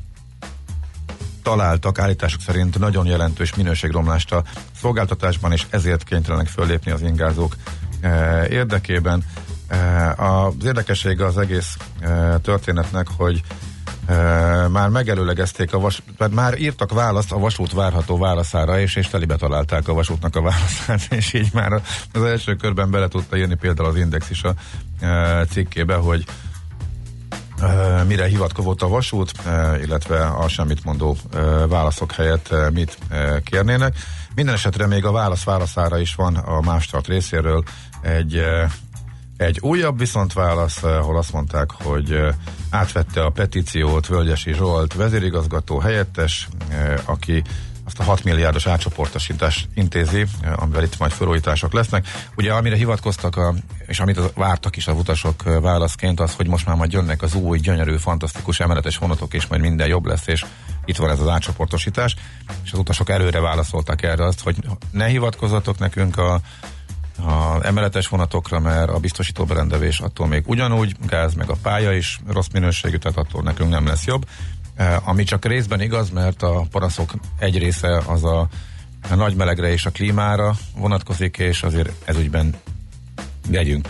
találtak állítások szerint nagyon jelentős minőségromlást a szolgáltatásban, és ezért kénytelenek föllépni az ingázók érdekében. Az érdekessége az egész történetnek, hogy már megelőlegezték már írtak választ a vasút várható válaszára, és telibe találták a vasútnak a válaszát, és így már az első körben bele tudta írni például az Index is a cikkébe, hogy mire hivatkozott a vasút, illetve a semmit mondó válaszok helyett mit kérnének. Minden esetre még a válaszára is van a Mávstart részéről egy újabb viszontválasz, ahol azt mondták, hogy átvette a petíciót Völgyesi Zsolt vezérigazgató helyettes, aki azt a 6 milliárdos átcsoportosítást intézi, amivel itt majd felújítások lesznek. Ugye amire hivatkoztak, és amit vártak is az utasok válaszként, az, hogy most már majd jönnek az új, gyönyörű, fantasztikus emeletes vonatok, és majd minden jobb lesz, és itt van ez az átcsoportosítás, és az utasok előre válaszoltak erre azt, hogy ne hivatkozzatok nekünk a emeletes vonatokra, mert a biztosító berendezés attól még ugyanúgy, gáz meg a pálya is rossz minőségű, tehát attól nekünk nem lesz jobb. Ami csak részben igaz, mert a paraszok egy része az a nagy melegre és a klímára vonatkozik, és azért ezügyben legyünk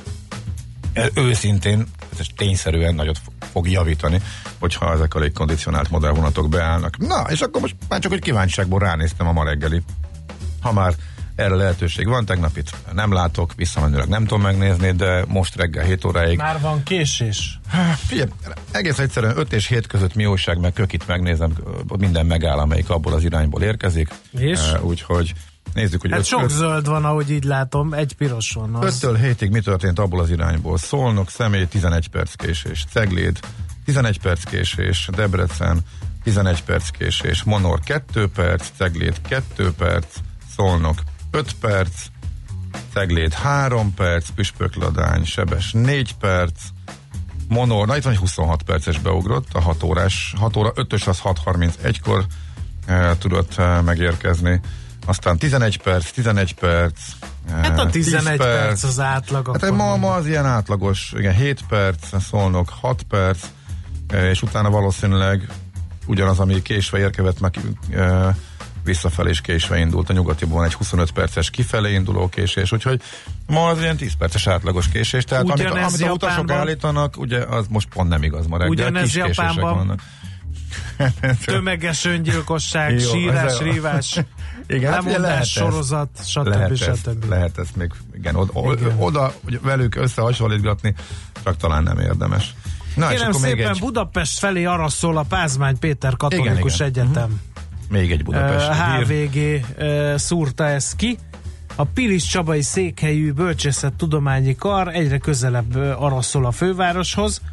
őszintén, ez tényszerűen nagyot fog javítani, hogyha ezek a légkondicionált modellvonatok beállnak. Na, és akkor most már csak, hogy kíváncsiságból ránéztem a ma reggeli. Ha már erre lehetőség van, tegnap itt nem látok, visszamenőleg nem tudom megnézni, de most reggel 7 óráig. Már van késés? Figyelj, egész egyszerűen 5 és 7 között mi újság, meg kökit megnézem, minden megáll, amelyik abból az irányból érkezik. És? Úgyhogy nézzük, hogy... Hát sok zöld van, ahogy így látom, egy piros van. 5-től 7-ig mi történt abból az irányból? Szolnok, Személy 11 perc késés, Cegléd 11 perc késés, Debrecen 11 perc késés, Monor 2 perc, Cegléd 2 perc, Szolnok 5 perc, Cegléd 3 perc, Püspökladány, Sebes 4 perc, Monor, na itt van egy 26 perces beugrott, a 6 óra 5-ös az 6:31-kor tudott megérkezni, aztán 11 perc, hát a 11 perc az átlag. Hát ma az ilyen átlagos, igen, 7 perc, Szolnok 6 perc, és utána valószínűleg ugyanaz, ami késve érkezett, meg visszafelé is késve indult, a nyugatiban egy 25 perces kifelé induló késés, úgyhogy ma az ilyen 10 perces átlagos késés, tehát amit a utasok állítanak, ugye az most pont nem igaz ma reggel, ugyanez kis késések vannak. Tömeges öngyilkosság, sírás, rívás, lemondás, sorozat, stb. Lehet ezt még oda velük összehasonlítgatni, csak talán nem érdemes. Na, kérem szépen, Budapest felé arra szól a Pázmány Péter Katolikus Egyetem. Még egy budapesti HVG szúrta ezt ki. A Pilis Csabai székhelyű bölcsészettudományi kar egyre közelebb araszol a fővároshoz.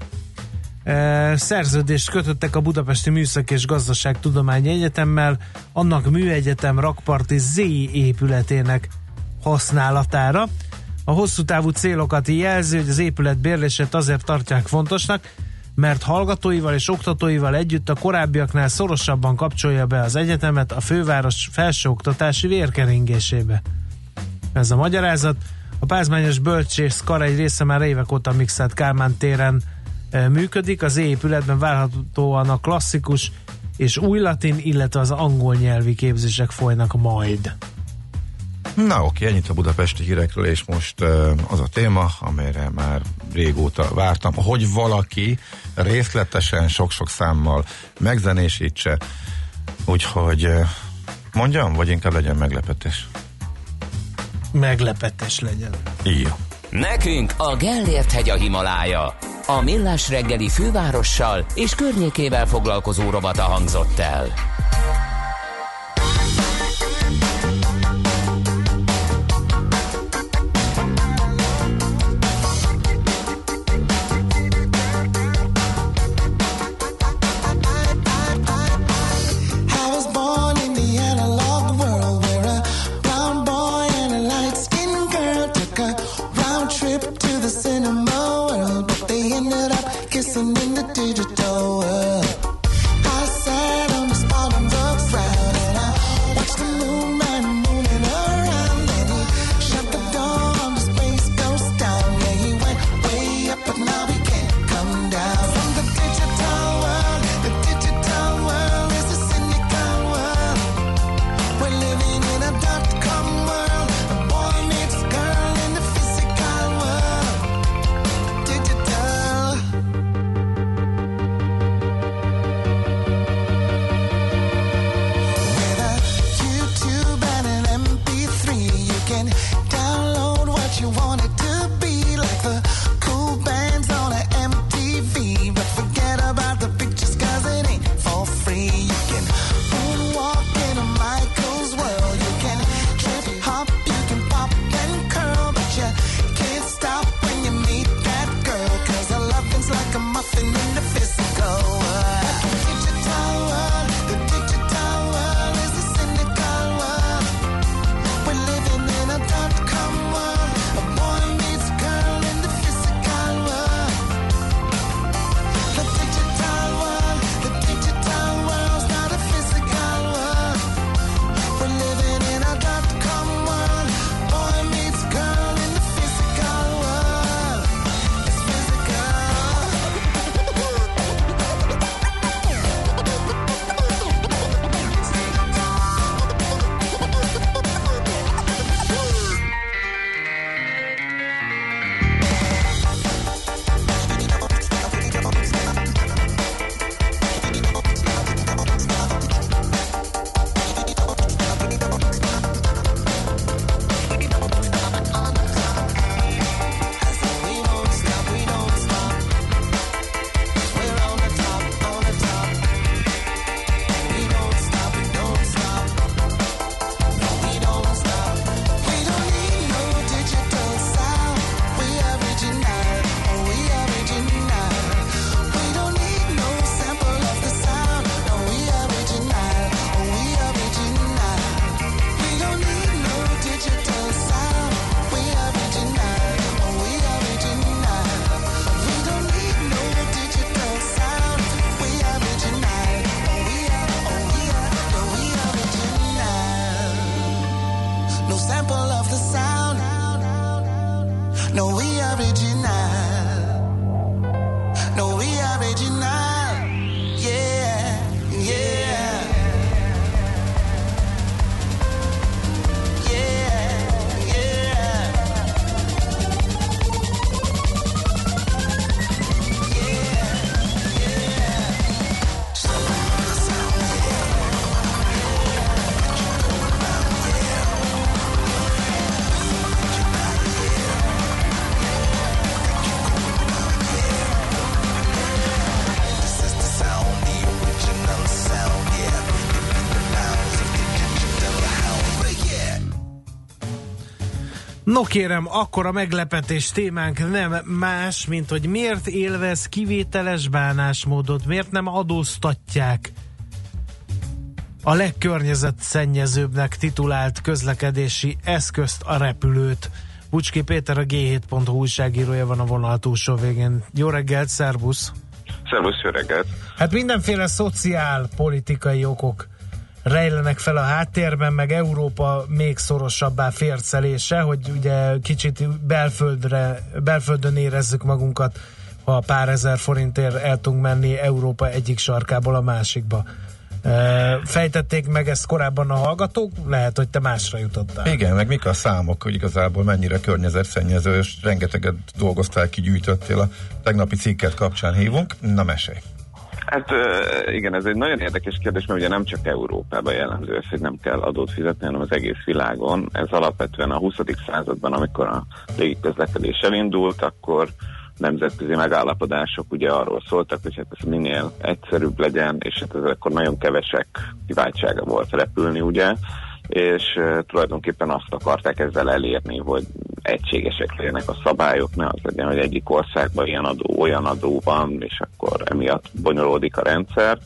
Szerződést kötöttek a Budapesti Műszaki és Gazdaságtudományi Egyetemmel annak műegyetem rakparti Z épületének használatára. A hosszú távú célokat jelzi, hogy az épület bérlését azért tartják fontosnak, mert hallgatóival és oktatóival együtt a korábbiaknál szorosabban kapcsolja be az egyetemet a főváros felsőoktatási vérkeringésébe. Ez a magyarázat. A Pázmányos Bölcsész Kar egy része már évek óta Mikszáth Kálmán téren működik. Az épületben várhatóan a klasszikus és új latin, illetve az angol nyelvi képzések folynak majd. Na oké, ennyit a budapesti hírekről, és most az a téma, amelyre már régóta vártam, hogy valaki részletesen, sok-sok számmal megzenésítse, úgyhogy mondjam, vagy inkább legyen meglepetés? Meglepetés legyen. Jó. Nekünk a Gellért-hegy a Himalája. A Millás reggeli fővárossal és környékével foglalkozó rovata hangzott el. No kérem, akkor a meglepetés témánk nem más, mint hogy miért élvez kivételes bánásmódot, miért nem adóztatják a legkörnyezetszennyezőbbnek titulált közlekedési eszközt, a repülőt. Bucski Péter, a G7.hu újságírója van a vonal túlsó végén. Jó reggelt, szervusz! Szervusz, jó reggelt! Hát mindenféle szociálpolitikai okok rejlenek fel a háttérben, meg Európa még szorosabbá fércelése, hogy ugye kicsit belföldön érezzük magunkat, ha pár ezer forintért el tudunk menni Európa egyik sarkából a másikba. Fejtették meg ezt korábban a hallgatók? Lehet, hogy te másra jutottál. Igen, meg mik a számok, hogy igazából mennyire környezetszennyező, és rengeteget dolgoztál ki, gyűjtöttél, a tegnapi cikket kapcsán hívunk. Na, mesélj! Hát igen, ez egy nagyon érdekes kérdés, mert ugye nem csak Európában jellemző ez, hogy nem kell adót fizetni, hanem az egész világon. Ez alapvetően a 20. században, amikor a légiközlekedés elindult, akkor nemzetközi megállapodások ugye arról szóltak, hogy hát ez minél egyszerűbb legyen, és hát ez akkor nagyon kevesek kiváltsága volt repülni, ugye, és tulajdonképpen azt akarták ezzel elérni, hogy egységesek legyenek a szabályok, ne az legyen, hogy egyik országban ilyen adó, olyan adó van, és akkor emiatt bonyolódik a rendszer.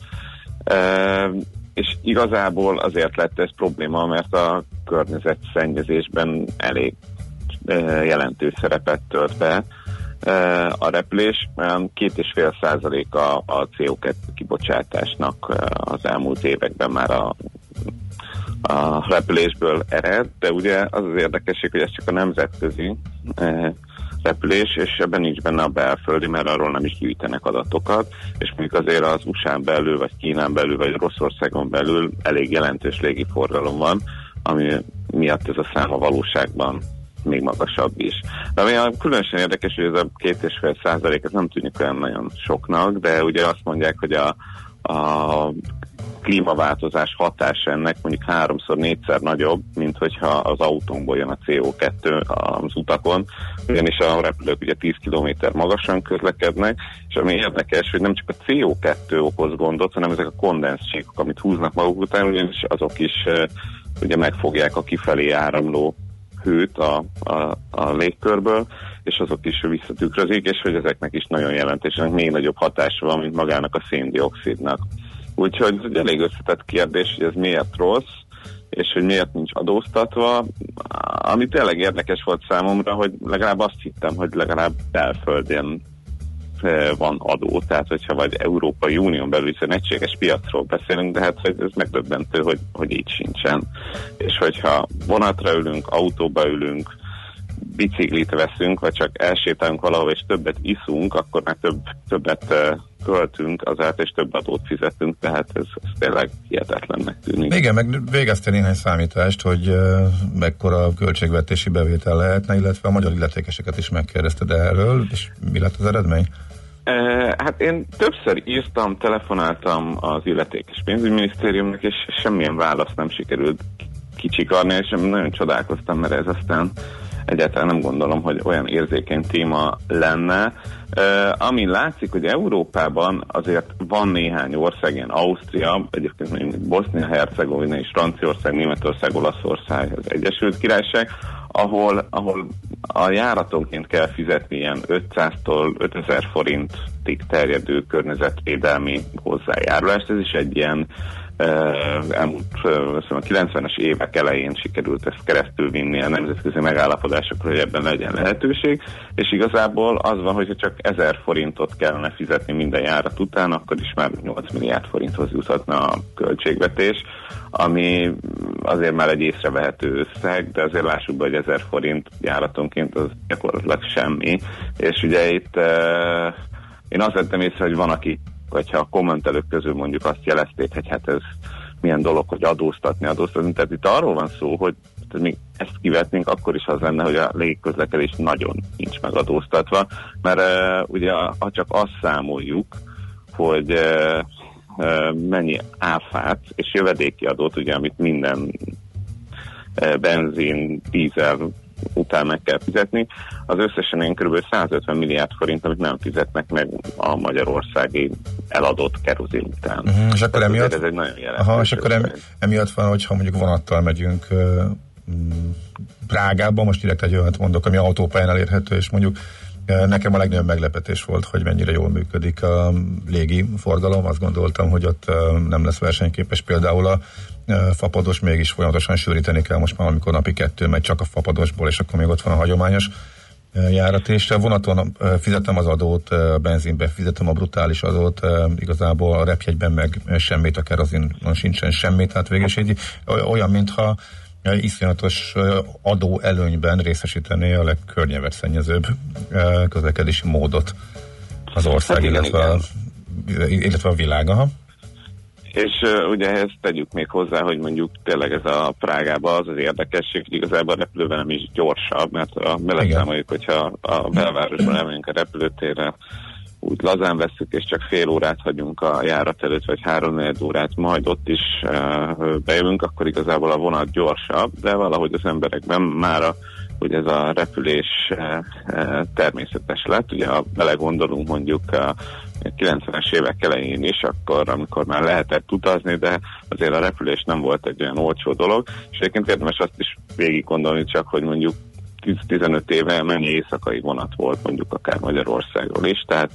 És igazából azért lett ez probléma, mert a környezetszennyezésben elég jelentős szerepet tölt be a repülés. 2,5% a CO2 kibocsátásnak az elmúlt években már a repülésből ered, de ugye az az érdekesség, hogy ez csak a nemzetközi repülés, és ebben nincs benne a belföldi, mert arról nem is gyűjtenek adatokat, és mondjuk azért az USA-n belül, vagy Kínán belül, vagy Oroszországon belül elég jelentős légiforgalom van, ami miatt ez a szám a valóságban még magasabb is. De ami különösen érdekes, hogy ez a 2,5%, ez nem tűnik olyan nagyon soknak, de ugye azt mondják, hogy a klímaváltozás hatása ennek mondjuk 3-4-szer nagyobb, mint hogyha az autónkból jön a CO2 az utakon, ugyanis a repülők ugye 10 km magasan közlekednek, és ami érdekes, hogy nem csak a CO2 okoz gondot, hanem ezek a kondenszcsíkok, amit húznak maguk után, ugyanis azok is ugye megfogják a kifelé áramló hőt a légkörből, és azok is visszatükrözik, és hogy ezeknek is nagyon jelentősen még nagyobb hatása van, mint magának a széndioxidnak. Úgyhogy ez egy elég összetett kérdés, hogy ez miért rossz, és hogy miért nincs adóztatva. Ami tényleg érdekes volt számomra, hogy legalább azt hittem, hogy legalább belföldön van adó, tehát hogyha vagy Európai Unión belül, hiszen egységes piacról beszélünk, de hát ez megdöbbentő, hogy így sincsen. És hogyha vonatra ülünk, autóba ülünk, biciklit veszünk, vagy csak elsétálunk valahol, és többet iszunk, akkor már többet költünk, azáltal és több adót fizetünk, tehát ez tényleg hihetetlennek tűnik. Igen, meg végeztél néhány számítást, hogy mekkora költségvetési bevétel lehetne, illetve a magyar illetékeseket is megkérdezted erről, és mi lett az eredmény? Hát én többször írtam, telefonáltam az illetékes pénzügyminisztériumnak, és semmilyen választ nem sikerült kicsikarni, és nagyon csodálkoztam, mert ez aztán egyáltalán nem gondolom, hogy olyan érzékeny téma lenne. Ami látszik, hogy Európában azért van néhány ország, ilyen Ausztria, egyébként Bosznia-Hercegovina és Franciaország, Németország, Olaszország, az Egyesült Királyság, ahol a járatonként kell fizetni ilyen 500-tól 5000 forintig terjedő környezetvédelmi hozzájárulást. Ez is egy ilyen elmúlt a 90-es évek elején sikerült ezt keresztül vinni a nemzetközi megállapodásokra, hogy ebben legyen lehetőség, és igazából az van, hogyha csak 1000 forintot kellene fizetni minden járat után, akkor is már 8 milliárd forinthoz juthatna a költségvetés, ami azért már egy észrevehető összeg, de azért lássuk be, hogy 1000 forint járatonként az gyakorlatilag semmi, és ugye itt én azt vettem észre, hogy van, aki hogyha a kommentelők közül mondjuk azt jelezték, hogy hát ez milyen dolog, hogy adóztatni. Tehát itt arról van szó, hogy még ezt kivetnénk, akkor is az lenne, hogy a légiközlekedés nagyon nincs megadóztatva, mert ugye ha csak azt számoljuk, hogy mennyi áfát és jövedéki adót, ugye, amit minden benzin, dízel után meg kell fizetni, az összesen én kb. 150 milliárd forint, amit nem fizetnek meg a magyarországi eladott kerozin után. És akkor emiatt, ez egy nagyon jelentős. és akkor emiatt van, hogyha mondjuk vonattal megyünk Prágába, most direkt egy olyat mondok, ami autópályán elérhető, és mondjuk Nekem a legnagyobb meglepetés volt, hogy mennyire jól működik a légi forgalom. Azt gondoltam, hogy ott nem lesz versenyképes. Például a fapados mégis folyamatosan sűríteni kell most már, amikor napi 2 megy csak a fapadosból, és akkor még ott van a hagyományos járat, és a vonaton fizetem az adót, a benzinbe fizetem a brutális adót, igazából a repjegyben meg semmit, a kerozinon sincsen semmit, tehát végül is olyan, mintha iszonyatos adó előnyben részesítené a legkörnyezetszennyezőbb közlekedési módot az ország, hát igen, illetve a világ. Aha. És ugye ezt tegyük még hozzá, hogy mondjuk tényleg ez a Prágában az érdekesség, hogy igazából a repülőben nem is gyorsabb, mert beleszámoljuk, hogyha a belvárosban elmegyünk a repülőtérre, úgy lazán vesszük, és csak fél órát hagyunk a járat előtt, vagy 3-4 órát, majd ott is bejövünk, akkor igazából a vonat gyorsabb, de valahogy az emberekben már hogy ez a repülés természetes lett. Ugye ha belegondolunk mondjuk a 90-es évek elején is, akkor, amikor már lehetett utazni, de azért a repülés nem volt egy olyan olcsó dolog, és egyébként érdemes azt is végig gondolni csak, hogy mondjuk 10-15 éve mennyi éjszakai vonat volt mondjuk akár Magyarországról is, tehát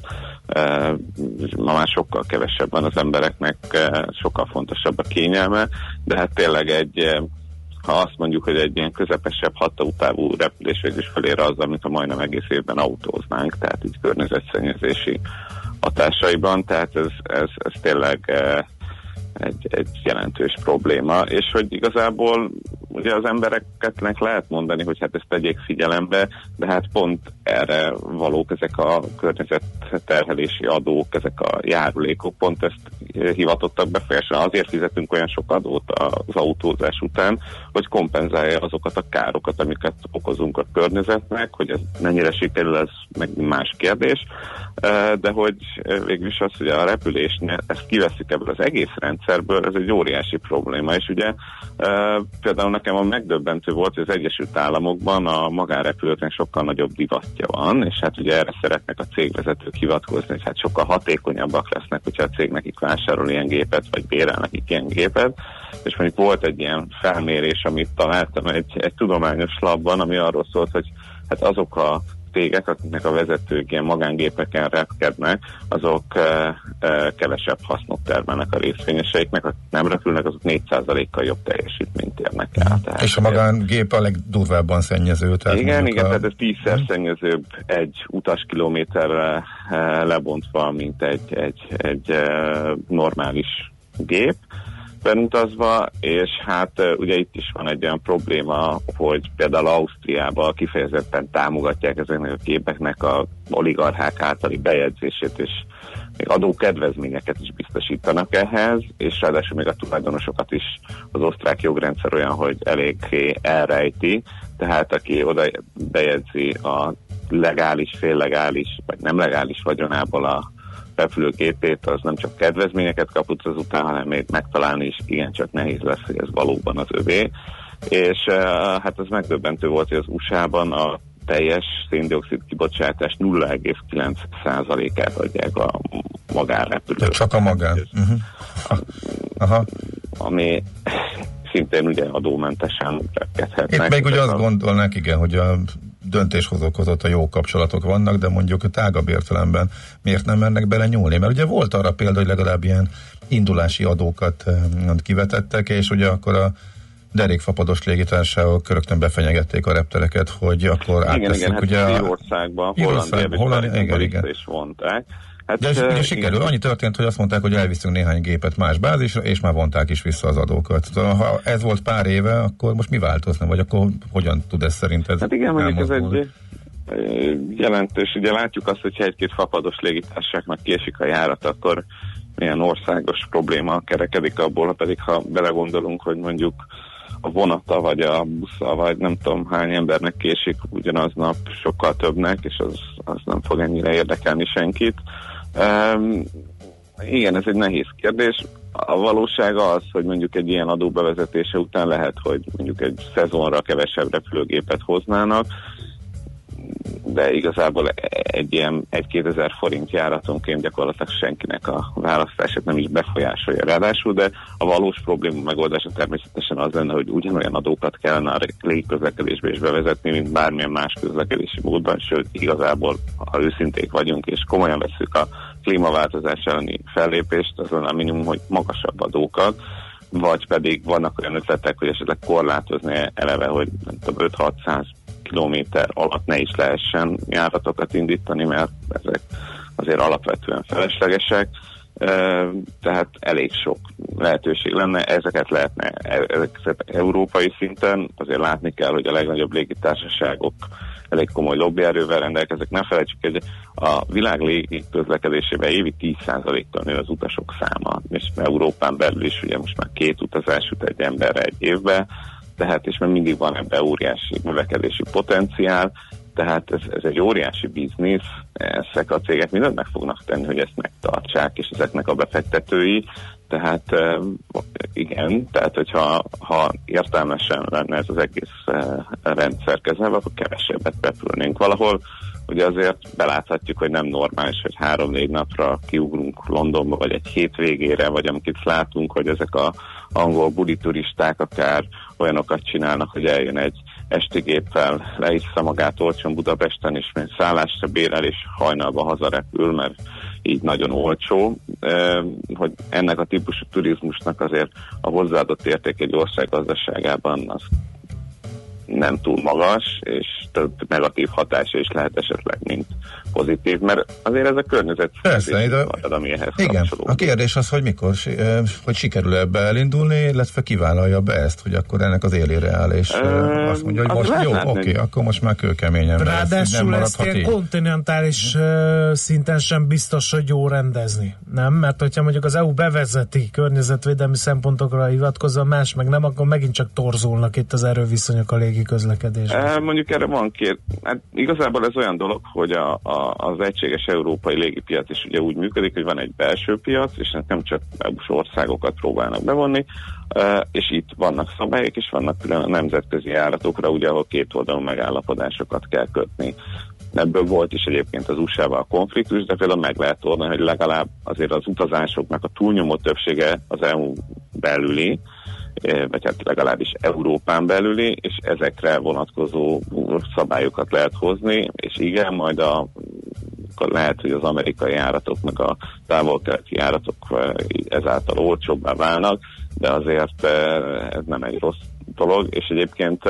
ma már sokkal kevesebb van az embereknek, sokkal fontosabb a kényelme, de hát tényleg ha azt mondjuk, hogy egy ilyen közepesebb hatótávú repülés végül is felér az, amit a majdnem egész évben autóznánk, tehát így környezetszennyezési hatásaiban, tehát ez tényleg egy jelentős probléma, és hogy igazából ugye az embereknek lehet mondani, hogy hát ezt tegyék figyelembe, de hát pont erre valók ezek a környezetterhelési adók, ezek a járulékok, pont ezt hivatottak befolyásolni. Azért fizetünk olyan sok adót az autózás után, hogy kompenzálja azokat a károkat, amiket okozunk a környezetnek, hogy ez mennyire sikerül, ez meg más kérdés, de hogy végülis az, hogy a repülésnél ezt kiveszik ebből az egész rendszerből, ez egy óriási probléma, és ugye például nekem a megdöbbentő volt, hogy az Egyesült Államokban a magánrepülőknek sokkal nagyobb divatja van, és hát ugye erre szeretnek a cégvezetők hivatkozni, hogy hát sokkal hatékonyabbak lesznek, hogyha a cég nekik vásárol ilyen gépet, vagy bérel nekik ilyen gépet, és mondjuk volt egy ilyen felmérés, amit találtam egy tudományos labban, ami arról szólt, hogy hát azok a cégek, akiknek a vezetők ilyen magángépeken repkednek, azok kevesebb hasznot termelnek a részvényeseiknek, akik nem repülnek, azok 4%-kal jobb teljesítményt érnek el. Tehát és a magángép a legdurvábban szennyező. Tehát igen, tehát ez 10-szer szennyezőbb egy utaskilométerre lebontva, mint egy normális gép benutazva, és hát ugye itt is van egy olyan probléma, hogy például Ausztriában kifejezetten támogatják ezeknek a gépeknek a oligarchák általi bejegyzését, és még adókedvezményeket is biztosítanak ehhez, és ráadásul még a tulajdonosokat is az osztrák jogrendszer olyan, hogy eléggé elrejti, tehát aki oda bejegyzi a legális, féllegális, vagy nem legális vagyonából a repülőgépét, az nem csak kedvezményeket kapott azután, hanem még megtalálni is igencsak nehéz lesz, hogy ez valóban az övé. És hát ez megdöbbentő volt, hogy az USA-ban a teljes széndioxid kibocsátás 0,9%-át adják a magánrepülők. Csak a magán. Aha. Ami szintén ugye adómentesen repkedhetnek. Itt még ugye azt gondolnák, igen, hogy a döntéshozók között a jó kapcsolatok vannak, de mondjuk a tágabb értelemben miért nem mennek bele nyúlni? Mert ugye volt arra példa, hogy legalább ilyen indulási adókat kivetettek, és ugye akkor a derékfapados légitársaságok rögtön befenyegették a reptereket, hogy akkor áttesszük. Igen, ugye hát Írországban, Hollandiában is vonták. Hát, de ugye sikerül, annyi történt, hogy azt mondták, hogy elviszünk néhány gépet más bázisra, és már vonták is vissza az adókat. Ha ez volt pár éve, akkor most mi változna, vagy akkor hogyan tud ez szerinted? Hát igen, mondjuk ez egy jelentős, ugye látjuk azt, hogyha egy-két fapados légitársaságnak kiesik a járat, akkor milyen országos probléma kerekedik abból, ha pedig ha belegondolunk, hogy mondjuk a vonata, vagy a busszal, vagy nem tudom hány embernek késik ugyanaz nap sokkal többnek, és az nem fog ennyire érdekelni senkit. Igen, ez egy nehéz kérdés. A valóság az, hogy mondjuk egy ilyen adó bevezetése után lehet, hogy mondjuk egy szezonra kevesebb repülőgépet hoznának. de igazából egy ilyen 1-2 forint járatonként gyakorlatilag senkinek a választását nem is befolyásolja ráadásul, de a valós probléma megoldása természetesen az lenne, hogy ugyanolyan adókat kellene a légiközlekedésbe is bevezetni, mint bármilyen más közlekedési módban, sőt igazából, ha őszinték vagyunk és komolyan vesszük a klímaváltozás elleni fellépést, az lenne a minimum, hogy magasabb adókat, vagy pedig vannak olyan ötletek, hogy esetleg korlátozni eleve, hogy 5-600 kilométer alatt ne is lehessen járatokat indítani, mert ezek azért alapvetően feleslegesek, tehát elég sok lehetőség lenne, ezeket lehetne európai szinten, azért látni kell, hogy a legnagyobb légitársaságok elég komoly lobbyerővel rendelkeznek. Ne felejtsük, hogy a világ légi közlekedésében évi 10%-kal nő az utasok száma, és Európán belül is ugye most már 2 utazás jut egy emberre egy évbe, tehát és még mindig van ebben óriási növekedési potenciál, tehát ez egy óriási biznisz, ezek a cégek mindent meg fognak tenni, hogy ezt megtartsák, és ezeknek a befektetői, tehát igen, tehát hogyha értelmesen lenne ez az egész rendszer kezelve, akkor kevesebbet repülnénk valahol. Ugye azért beláthatjuk, hogy nem normális, hogy 3-4 napra kiugrunk Londonba, vagy egy hétvégére, vagy amit látunk, hogy ezek a angol buli turisták akár olyanokat csinálnak, hogy eljön egy esti géppel, leissza magát olcsón Budapesten, és még szállásra bérel, és hajnalba hazarepül, mert így nagyon olcsó, hogy ennek a típusú turizmusnak azért a hozzáadott érték egy ország gazdaságában az nem túl magas, és több negatív hatása is lehet esetleg, mint pozitív, mert azért ez a környezet marad, ami ehhez kapcsolódik. A kérdés az, hogy mikor, hogy sikerül ebbe elindulni, illetve kivállalja be ezt, hogy akkor ennek az élére áll, és azt mondja, hogy most jó, oké, akkor most már kőkeményen. Ráadásul ezt ilyen kontinentális szinten sem biztos, hogy jó rendezni, nem? Mert hogyha mondjuk az EU bevezeti környezetvédelmi szempontokra hivatkozva, más meg nem, akkor megint csak torzulnak itt az erőviszonyok a légi közlekedésben. Mondjuk erre van hát igazából ez olyan dolog, hogy az egységes európai légipiac is ugye úgy működik, hogy van egy belső piac, és nem csak EU-s országokat próbálnak bevonni, és itt vannak szabályok, és vannak külön a nemzetközi járatokra, ugye, ahol kétoldalú megállapodásokat kell kötni. Ebből volt is egyébként az USA-val konfliktus, de például meg lehet oldani, hogy legalább azért az utazásoknak a túlnyomó többsége az EU belüli, vagy hát legalábbis Európán belüli, és ezekre vonatkozó szabályokat lehet hozni, és igen, majd lehet, hogy az amerikai járatok, meg a távol-keleti járatok ezáltal olcsóbbá válnak, de azért ez nem egy rossz dolog, és egyébként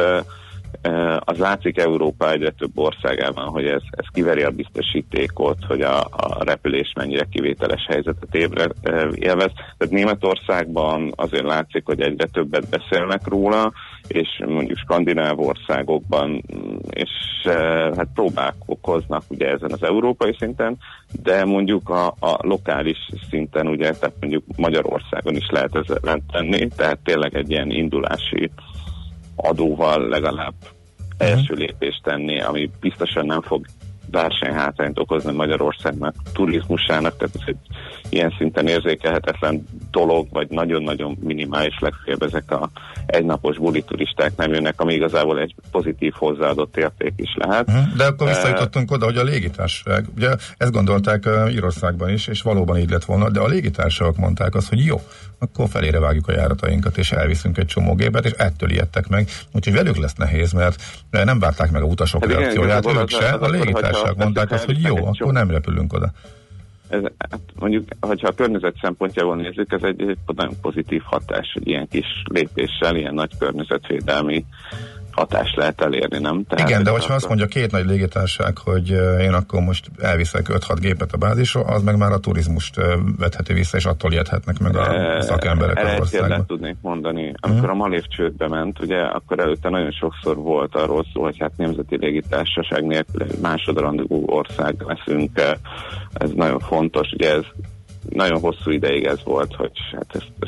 az látszik Európa egyre több országában, hogy ez kiveri a biztosítékot, hogy a repülés mennyire kivételes helyzetet élvez. Tehát Németországban azért látszik, hogy egyre többet beszélnek róla, és mondjuk skandináv országokban, és hát próbálkoznak ugye ezen az európai szinten, de mondjuk a lokális szinten ugye, tehát mondjuk Magyarországon is lehet ezzel tenni, tehát tényleg egy ilyen indulási adóval legalább első lépést tenni, ami biztosan nem fog versenyhátrányt okozni Magyarországnak, turizmusának, tehát ez egy ilyen szinten érzékelhetetlen dolog, vagy nagyon-nagyon minimális, legfeljebb ezek a egynapos buli turisták nem jönnek, ami igazából egy pozitív hozzáadott érték is lehet. De akkor visszajutottunk oda, hogy a légitársaság, ugye ezt gondolták Írországban is, és valóban így lett volna, de a légitársaságok mondták azt, hogy jó, akkor felére vágjuk a járatainkat, és elviszünk egy csomó gépet, és ettől ijedtek meg. Úgyhogy velük lesz nehéz, mert nem várták meg a utasok reakcióját, ők se, a légitársaságok mondták azt, hogy jó, akkor nem repülünk oda. Hát mondjuk, hogyha a környezet szempontjából nézzük, ez egy nagyon pozitív hatás, hogy ilyen kis lépéssel, ilyen nagy környezetvédelmi hatást lehet elérni, nem? Tehát, igen, de hogyha azt mondja két nagy légitársaság, hogy én akkor most elviszek 5-6 gépet a bázisra, az meg már a turizmust vetheti vissza, és attól ijedhetnek meg a szakemberek az országban. Erre tudnék mondani. Amikor a Malév csődbe ment, ugye, akkor előtte nagyon sokszor volt arról szó, hogy hát nemzeti légitársaság nélkül egy másodrangú ország leszünk. Ez nagyon fontos, ugye ez nagyon hosszú ideig ez volt, hogy hát ezt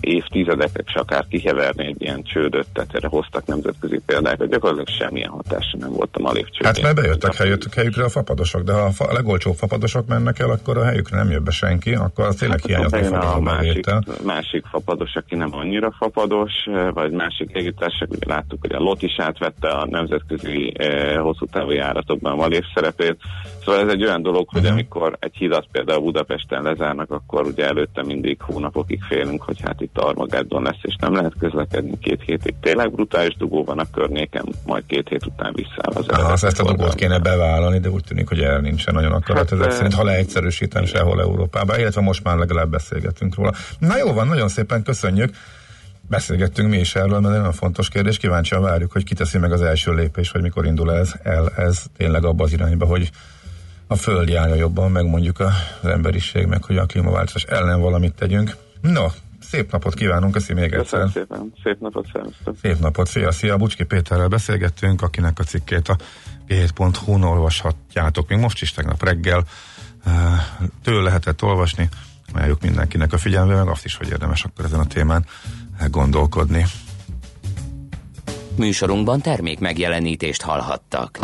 évtizedekre se akár kiheverni egy ilyen csődöt, tehát erre hoztak nemzetközi példákat, gyakorlatilag semmilyen hatása nem volt a Malév csődén. Hát mert bejöttek helyükre a fapadosok, de ha a legolcsóbb fapadosok mennek el, akkor a helyükre nem jön be senki, akkor az tényleg hiányoznak a másik fapados, aki nem annyira fapados, vagy másik légitársaság, ugye láttuk, hogy a LOT is átvette a nemzetközi hosszú távú járatokban a Malév szerepét. Szóval ez egy olyan dolog, hogy amikor egy hidat például Budapesten lezárnak, akkor ugye előtte mindig hónapokig félünk, hogy hát itt Armageddon lesz, és nem lehet közlekedni 2 hétig. Tényleg brutális dugó van a környéken, majd 2 hét után visszáll az ezt a dugót kéne bevállalni, de úgy tűnik, hogy erre nincsen nagyon akarat ezek szerint, ha leegyszerűsítem sehol Európában, illetve most már legalább beszélgetünk róla. Na jó van, nagyon szépen köszönjük. Beszélgettünk mi is erről, mert nagyon fontos kérdés. Kíváncsian várjuk, hogy kiteszi meg az első lépés, hogy mikor indul ez tényleg abba az irányba, hogy a Föld járja jobban, meg mondjuk az emberiség, meg hogy a klímaváltozás ellen valamit tegyünk. No, szép napot kívánunk, köszi még egyszer. Köszönöm szépen, szép napot, szervusztok. Szép napot, szia, Bucski Péterrel beszélgettünk, akinek a cikkét a g7.hu-n olvashatjátok. Még most is tegnap reggel tőle lehetett olvasni, ajánljuk mindenkinek a figyelmével, meg azt is, hogy érdemes akkor ezen a témán gondolkodni. Műsorunkban termék megjelenítést hallhattak.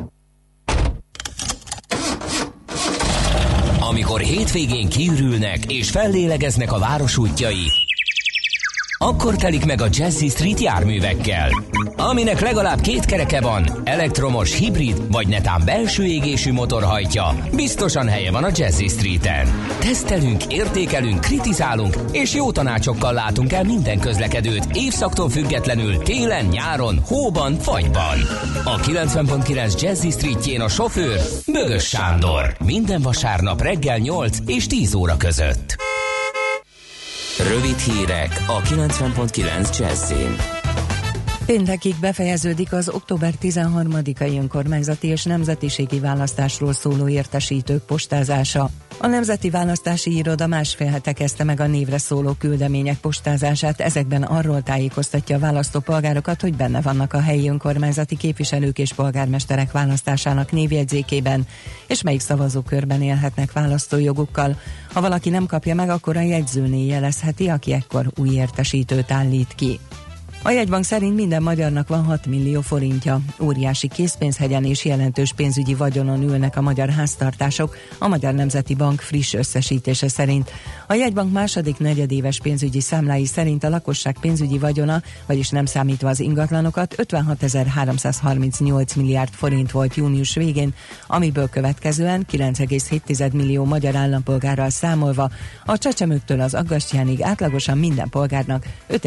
Amikor hétvégén kiürülnek és fellélegeznek a város útjai, akkor telik meg a Jazzy Street járművekkel, aminek legalább 2 kereke van, elektromos, hibrid vagy netán belső égésű motor hajtja. Biztosan helye van a Jazzy Streeten. Tesztelünk, értékelünk, kritizálunk és jó tanácsokkal látunk el minden közlekedőt évszaktól függetlenül télen, nyáron, hóban, fagyban. A 90.9 Jazzy Streetjén a sofőr Bögös Sándor. Minden vasárnap reggel 8 és 10 óra között. Rövid hírek a 90.9 Jazzin. Péntekig befejeződik az október 13-ai önkormányzati és nemzetiségi választásról szóló értesítők postázása. A Nemzeti Választási Iroda 1,5 hete kezdte meg a névre szóló küldemények postázását, ezekben arról tájékoztatja a választópolgárokat, hogy benne vannak a helyi önkormányzati képviselők és polgármesterek választásának névjegyzékében, és melyik szavazókörben élhetnek választójogukkal. Ha valaki nem kapja meg, akkor a jegyzőné jelezheti, aki ekkor új értesítőt állít ki. A jegybank szerint minden magyarnak van 6 millió forintja. Óriási készpénzhegyen és jelentős pénzügyi vagyonon ülnek a magyar háztartások, a Magyar Nemzeti Bank friss összesítése szerint. A jegybank második negyedéves pénzügyi számlái szerint a lakosság pénzügyi vagyona, vagyis nem számítva az ingatlanokat, 56.338 milliárd forint volt június végén, amiből következően 9,7 millió magyar állampolgárral számolva a csecsemőktől az aggastyánig átlagosan minden polgárnak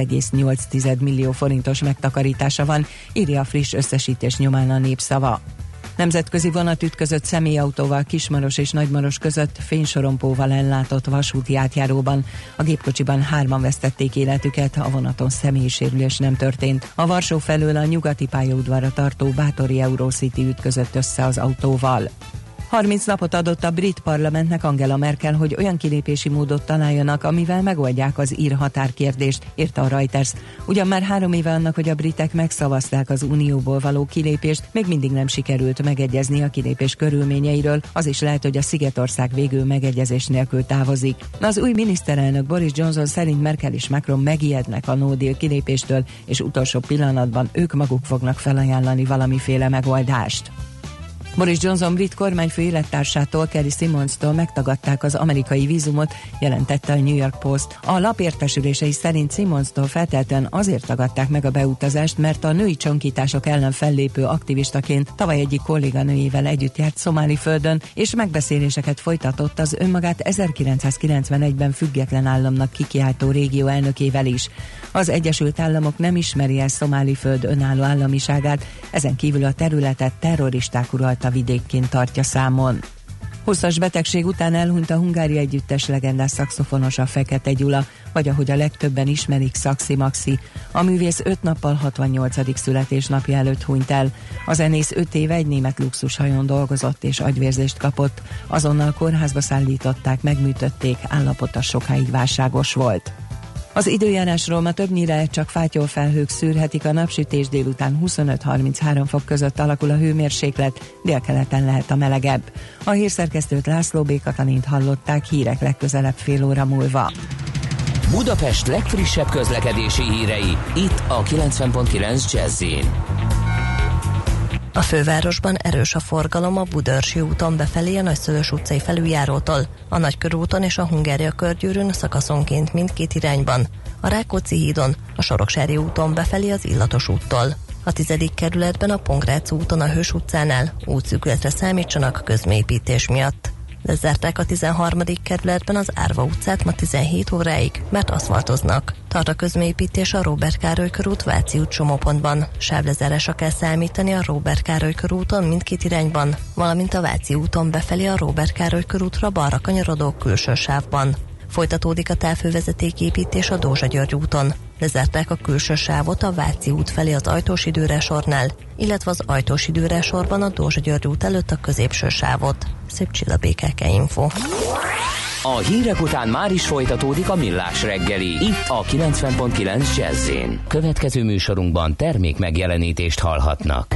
5,8 millió forintos megtakarítása van, írja a friss összesítés nyomán a Népszava. Nemzetközi vonat ütközött személyautóval Kismaros és Nagymaros között fénysorompóval ellátott vasúti átjáróban. A gépkocsiban 3-an vesztették életüket, a vonaton személyi sérülés nem történt. A Varsó felől a nyugati pályaudvarra tartó Bátori Eurocity ütközött össze az autóval. 30 napot adott a brit parlamentnek Angela Merkel, hogy olyan kilépési módot találjanak, amivel megoldják az ír határkérdést, írta a Reuters. Ugyan már 3 éve annak, hogy a britek megszavazták az unióból való kilépést, még mindig nem sikerült megegyezni a kilépés körülményeiről, az is lehet, hogy a Szigetország végül megegyezés nélkül távozik. Az új miniszterelnök Boris Johnson szerint Merkel és Macron megijednek a no deal kilépéstől, és utolsó pillanatban ők maguk fognak felajánlani valamiféle megoldást. Boris Johnson brit kormányfő élettársától, Carrie Simonstól megtagadták az amerikai vízumot, jelentette a New York Post. A lap értesülései szerint Simonstól feltétlenül azért tagadták meg a beutazást, mert a női csonkítások ellen fellépő aktivistaként tavaly egyik kolléganőjével együtt járt szomáli földön, és megbeszéléseket folytatott az önmagát 1991-ben független államnak kikiáltó régió elnökével is. Az Egyesült Államok nem ismeri el szomáli föld önálló államiságát, ezen kívül a területet terroristák uralta vidékként tartja számon. 20-as betegség után elhunyt a hungári együttes legendás szaxofonosa Fekete Gyula, vagy ahogy a legtöbben ismerik, Szaxi Maxi. A művész 5 nappal 68. születésnapja előtt hunyt el. A zenész 5 éve egy német luxushajón dolgozott és agyvérzést kapott. Azonnal kórházba szállították, megműtötték, állapota sokáig válságos volt. Az időjárásról ma többnyire csak fátyolfelhők szűrhetik, a napsütés délután 25-33 fok között alakul a hőmérséklet, délkeleten lehet a melegebb. A hírszerkesztőt, László B. Katalint hallották, hírek legközelebb fél óra múlva. Budapest legfrissebb közlekedési hírei, itt a 90.9 Jazz-in. A fővárosban erős a forgalom a Budaörsi úton befelé a Nagyszülős utcai felüljárótól, a Nagykörúton és a Hungária körgyűrűn szakaszonként mindkét irányban, a Rákóczi hídon, a Soroksári úton befelé az Illatos úttól. A 10. kerületben a Pongrác úton a Hős utcánál útszűkületre számítsanak közmépítés miatt. Lezárták a 13. kerületben az Árva utcát ma 17 óráig, mert aszfaltoznak. Tart a közmépítés a Róbert Károly körút Váci út csomópontban. Sávlezárásra kell számítani a Róbert Károly körúton mindkét irányban, valamint a Váci úton befelé a Róbert Károly körútra balra kanyarodó külső sávban. Folytatódik a távhővezetéképítés a Dózsa György úton. Lezárták a külső sávot a Váci út felé az Ajtósi Időresornál, illetve az Ajtósi Időresorban a Dózsa György út előtt a középső sávot. Szép Csilla, BKK Info. A hírek után már is folytatódik a Millás reggeli, itt a 90.9 Jazz-in. Következő műsorunkban termék megjelenítést hallhatnak.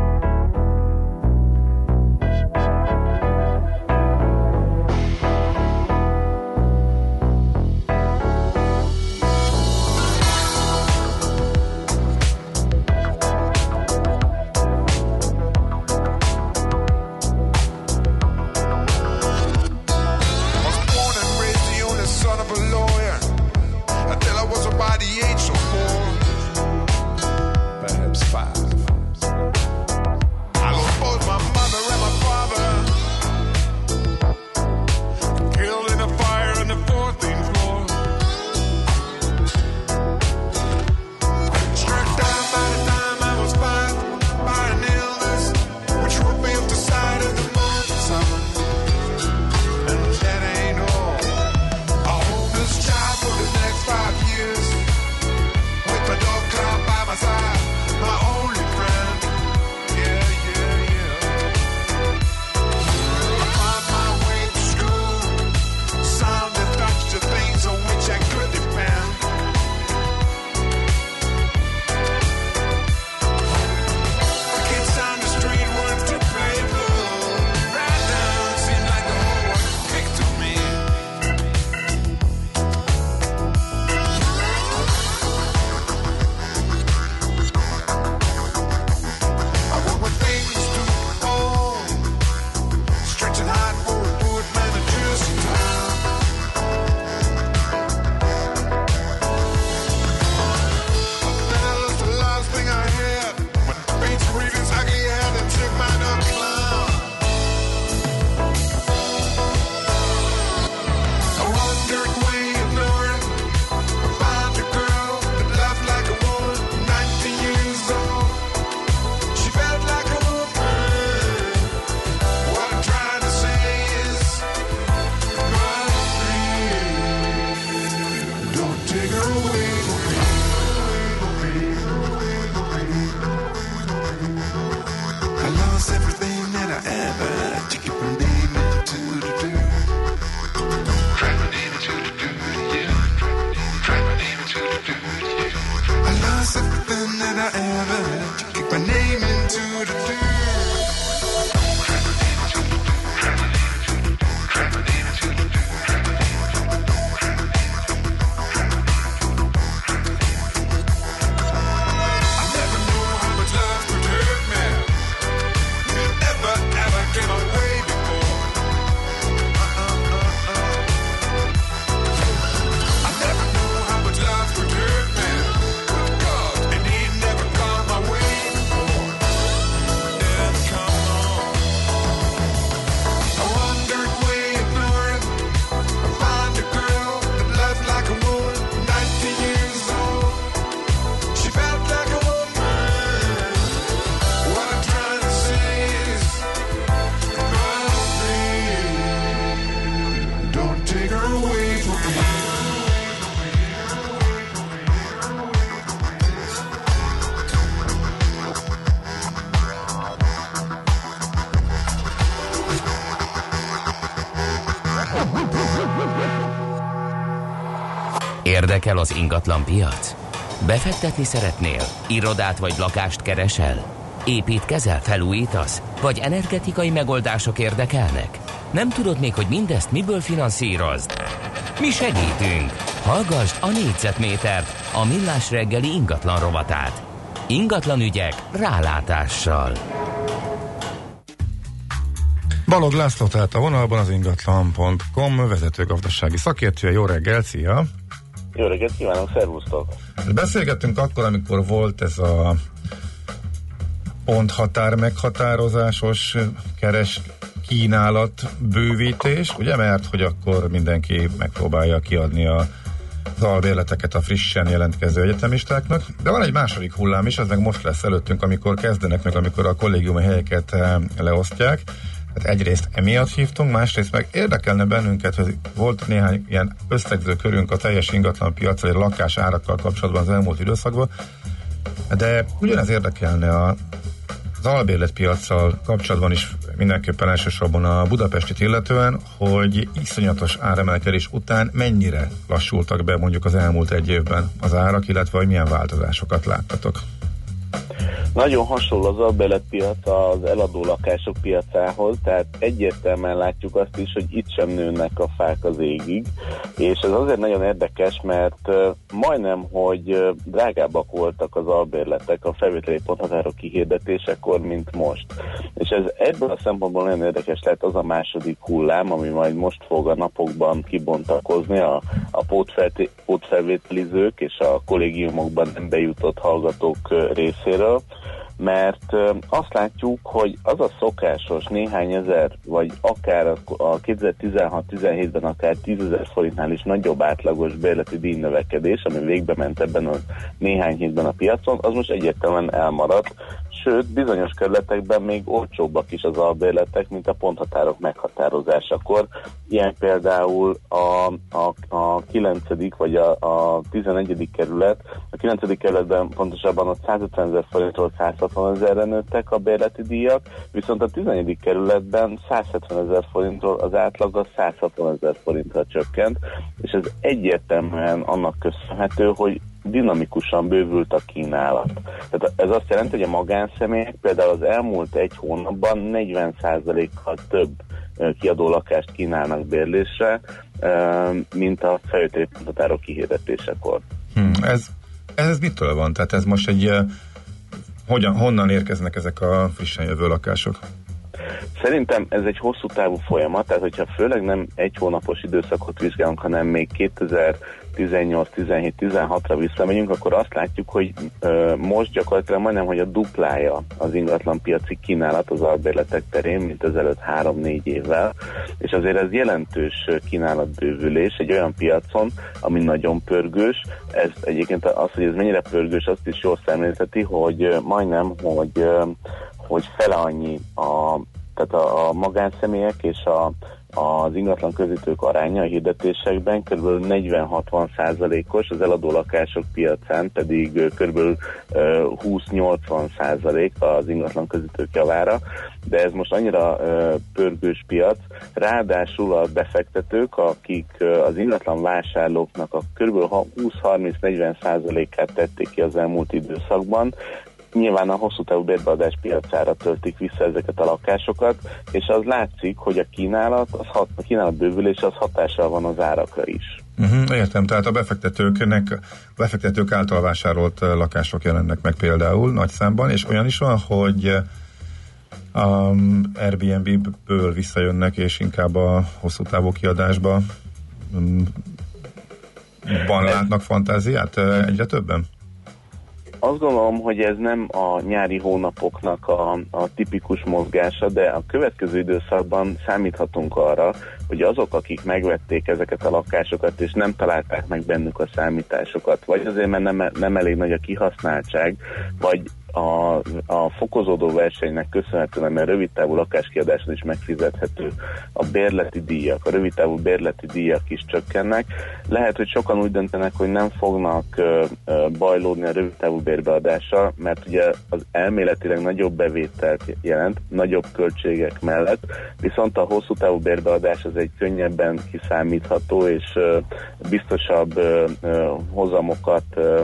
Érdekel az ingatlan piac? Befektetni szeretnél? Irodát vagy lakást keresel? Építkezel, felújítasz? Vagy energetikai megoldások érdekelnek? Nem tudod még, hogy mindezt miből finanszírozd? Mi segítünk! Hallgasd a négyzetmétert, a Millás reggeli ingatlan rovatát. Ingatlan ügyek rálátással. Balog László tehát a vonalban, az ingatlan.com vezető gazdasági szakértője. Jó reggel, szia! Jó reggelt kívánok, szervusztok! Beszélgettünk akkor, amikor volt ez a ponthatár meghatározásos kínálat bővítés, ugye, mert hogy akkor mindenki megpróbálja kiadni az albérleteket a frissen jelentkező egyetemistáknak, de van egy második hullám is, az meg most lesz előttünk, amikor kezdenek meg, amikor a kollégiumi helyeket leosztják. Hát egyrészt emiatt hívtunk, másrészt meg érdekelne bennünket, hogy volt néhány ilyen összegző körünk a teljes ingatlan piacra, vagy lakás árakkal kapcsolatban az elmúlt időszakban, de ugyanez érdekelne az albérletpiacsal kapcsolatban is mindenképpen elsősorban a budapestit illetően, hogy iszonyatos áremelkedés után mennyire lassultak be mondjuk az elmúlt egy évben az árak, illetve hogy milyen változásokat láttatok. Nagyon hasonló az albérletpiac az eladó lakások piacához, tehát egyértelműen látjuk azt is, hogy itt sem nőnek a fák az égig, és ez azért nagyon érdekes, mert majdnem, hogy drágábbak voltak az albérletek a felvételi ponthatárok kihirdetésekor, mint most. És ez ebből a szempontból nagyon érdekes lehet az a második hullám, ami majd most fog a napokban kibontakozni a pótfelvételizők és a kollégiumokban nem bejutott hallgatók részéről, mert azt látjuk, hogy az a szokásos néhány ezer, vagy akár a 2016-17-ben akár 10 000 forintnál is nagyobb átlagos bérleti díjnövekedés, ami végbe ment ebben a néhány hétben a piacon, az most egyértelműen elmaradt, sőt, bizonyos kerületekben még olcsóbbak is az albérletek, mint a ponthatárok meghatározásakor. Ilyen például a 9. vagy a 11. kerület. A 9. kerületben pontosabban ott 150 000 forintról 160 000-re nőttek a bérleti díjak, viszont a 11. kerületben 170 000 forintról az átlag a 160 000 forintra csökkent, és ez egyértelműen annak köszönhető, hogy dinamikusan bővült a kínálat. Tehát ez azt jelenti, hogy a magánszemélyek például az elmúlt egy hónapban 40%-kal több kiadó lakást kínálnak bérlésre, mint a felvételi ponthatárok kihirdetésekor. Ez mitől van? Tehát ez most egy honnan érkeznek ezek a frissen jövő lakások? Szerintem ez egy hosszú távú folyamat, tehát hogyha főleg nem egy hónapos időszakot vizsgálunk, hanem még 2018-17-16-ra visszamegyünk, akkor azt látjuk, hogy most gyakorlatilag majdnem, hogy a duplája az ingatlanpiaci kínálat az albérletek terén, mint ezelőtt 3-4 évvel, és azért ez jelentős kínálatbővülés egy olyan piacon, ami nagyon pörgős. Ez egyébként az, hogy ez mennyire pörgős, azt is jól szemlélteti, hogy majdnem, hogy fele annyi tehát a magánszemélyek és az ingatlan közvetítők aránya a hirdetésekben kb. 40-60%-os, az eladó lakások piacán pedig kb. 20-80% az ingatlan közvetítők javára, de ez most annyira pörgős piac, ráadásul a befektetők, akik az ingatlan vásárlóknak a kb. 20-30-40%-át tették ki az elmúlt időszakban, nyilván a hosszú távú bérbeadás piacára töltik vissza ezeket a lakásokat, és az látszik, hogy a kínálat bővülése az hatással van az árakra is. Értem, tehát a befektetők által vásárolt lakások jelennek meg például nagy számban, és olyan is van, hogy a Airbnb-ből visszajönnek, és inkább a hosszú távú kiadásba látnak fantáziát egyre többen? Azt gondolom, hogy ez nem a nyári hónapoknak a tipikus mozgása, de a következő időszakban számíthatunk arra, hogy azok, akik megvették ezeket a lakásokat, és nem találták meg bennük a számításokat, vagy azért, mert nem elég nagy a kihasználtság, vagy a fokozódó versenynek köszönhetően, mert rövidtávú lakáskiadáson is megfizethető a bérleti díjak, a rövidtávú bérleti díjak is csökkennek. Lehet, hogy sokan úgy döntenek, hogy nem fognak bajlódni a rövidtávú bérbeadással, mert ugye az elméletileg nagyobb bevételt jelent, nagyobb költségek mellett, viszont a hosszú távú bérbeadás az egy könnyebben kiszámítható és biztosabb hozamokat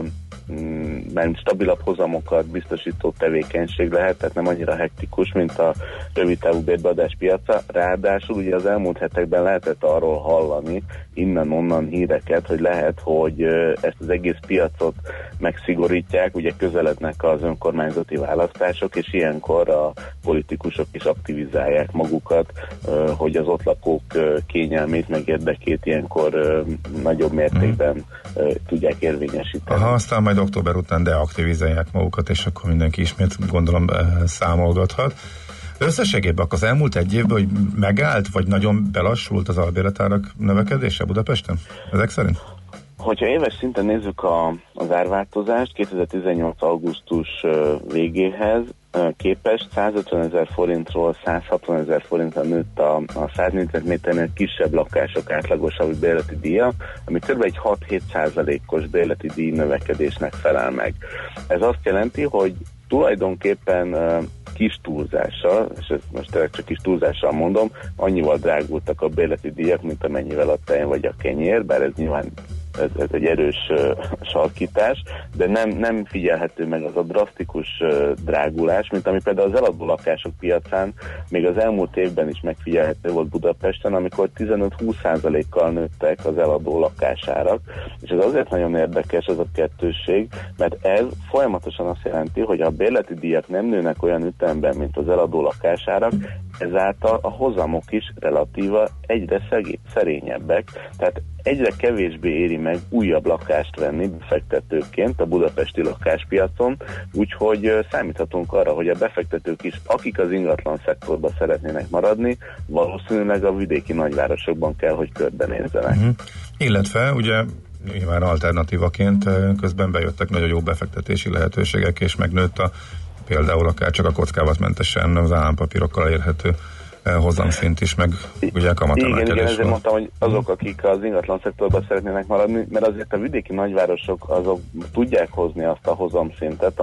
stabilabb hozamokat biztosító tevékenység lehet, tehát nem annyira hektikus, mint a rövidtávú bérbeadás piaca. Ráadásul ugye az elmúlt hetekben lehetett arról hallani innen-onnan híreket, hogy lehet, hogy ezt az egész piacot megszigorítják, ugye közelednek az önkormányzati választások, és ilyenkor a politikusok is aktivizálják magukat, hogy az ott lakók kényelmét, meg érdekét ilyenkor nagyobb mértékben tudják érvényesíteni. Aha, aztán majd október után deaktivizálják magukat, és akkor mindenki ismét gondolom számolgathat. Összességében az elmúlt egy évben, hogy megállt, vagy nagyon belassult az albérletárak növekedése Budapesten? Ezek szerint? Hogyha éves szinten nézzük az árváltozást, 2018. augusztus végéhez képest 150 000 forintról 160 000 forintra nőtt a 100 négyzetméternél kisebb lakások átlagos havi bérleti díja, ami kb. Egy 6-7%-os bérleti díj növekedésnek felel meg. Ez azt jelenti, hogy tulajdonképpen kis túlzással, és ezt most tényleg csak kis túlzással mondom, annyival drágultak a bérleti díjak, mint amennyivel a tej vagy a kenyér, bár ez nyilván ez egy erős sarkítás, de nem figyelhető meg az a drasztikus drágulás, mint ami például az eladó lakások piacán még az elmúlt évben is megfigyelhető volt Budapesten, amikor 15-20%-kal nőttek az eladó lakásárak, és ez azért nagyon érdekes ez a kettősség, mert ez folyamatosan azt jelenti, hogy a bérleti díjak nem nőnek olyan ütemben, mint az eladó lakásárak, ezáltal a hozamok is relatíva egyre szerényebbek, tehát egyre kevésbé éri meg újabb lakást venni befektetőként a budapesti lakáspiacon, úgyhogy számíthatunk arra, hogy a befektetők is, akik az ingatlan szektorban szeretnének maradni, valószínűleg a vidéki nagyvárosokban kell, hogy körbenézzenek. Illetve ugye nyilván alternatívaként közben bejöttek nagyon jó befektetési lehetőségek, és megnőtt például akár csak a kockávatmentesen az állampapírokkal érhető hozamszint is, meg ugye kamatemelkedés. Igen, ezért mondtam, hogy azok, akik az ingatlan szektorban szeretnének maradni, mert azért a vidéki nagyvárosok azok tudják hozni azt a hozamszintet,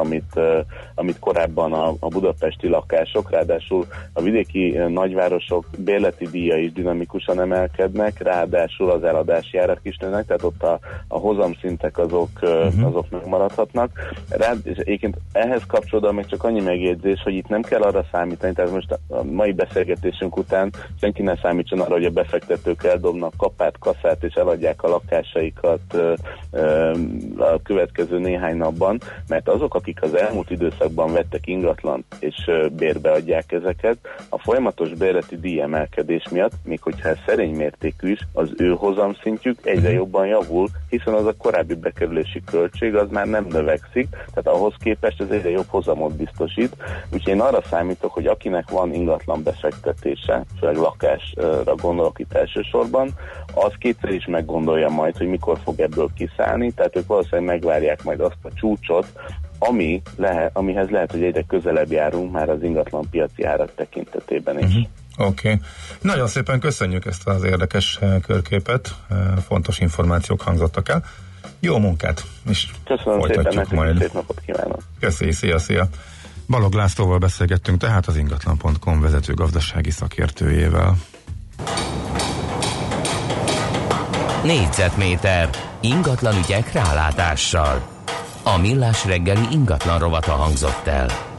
amit korábban a budapesti lakások, ráadásul a vidéki nagyvárosok bérleti díja is dinamikusan emelkednek, ráadásul az eladási árak is nőnek, tehát ott a hozamszintek azok megmaradhatnak. És egyébként ehhez kapcsolódóan még csak annyi megjegyzés, hogy itt nem kell arra számítani, tehát most a mai beszélgetés után senki ne számítson arra, hogy a befektetők eldobnak kapát, kaszát és eladják a lakásaikat a következő néhány napban, mert azok, akik az elmúlt időszakban vettek ingatlant és bérbe adják ezeket, a folyamatos bérleti díjemelkedés miatt, még hogyha ez szerény mértékű is, az ő hozamszintjük egyre jobban javul, hiszen az a korábbi bekerülési költség az már nem növekszik, tehát ahhoz képest ez egyre jobb hozamot biztosít, úgyhogy én arra számítok, hogy akinek van ingatlan befektetése, főleg lakásra gondolok itt elsősorban, az kétszer is meggondolja majd, hogy mikor fog ebből kiszállni, tehát ők valószínűleg megvárják majd azt a csúcsot, amihez lehet, hogy egyre közelebb járunk már az ingatlan piaci árak tekintetében is. Oké. Nagyon szépen köszönjük ezt az érdekes körképet, fontos információk hangzottak el. Jó munkát, és köszönöm folytatjuk szépen, majd. Szép napot kívánok! Köszönjük, szia! Balogh Lászlóval beszélgettünk tehát az ingatlan.com vezető gazdasági szakértőjével. Négyzetméter ingatlan ügyek rálátással. A Millás reggeli ingatlan rovata hangzott el.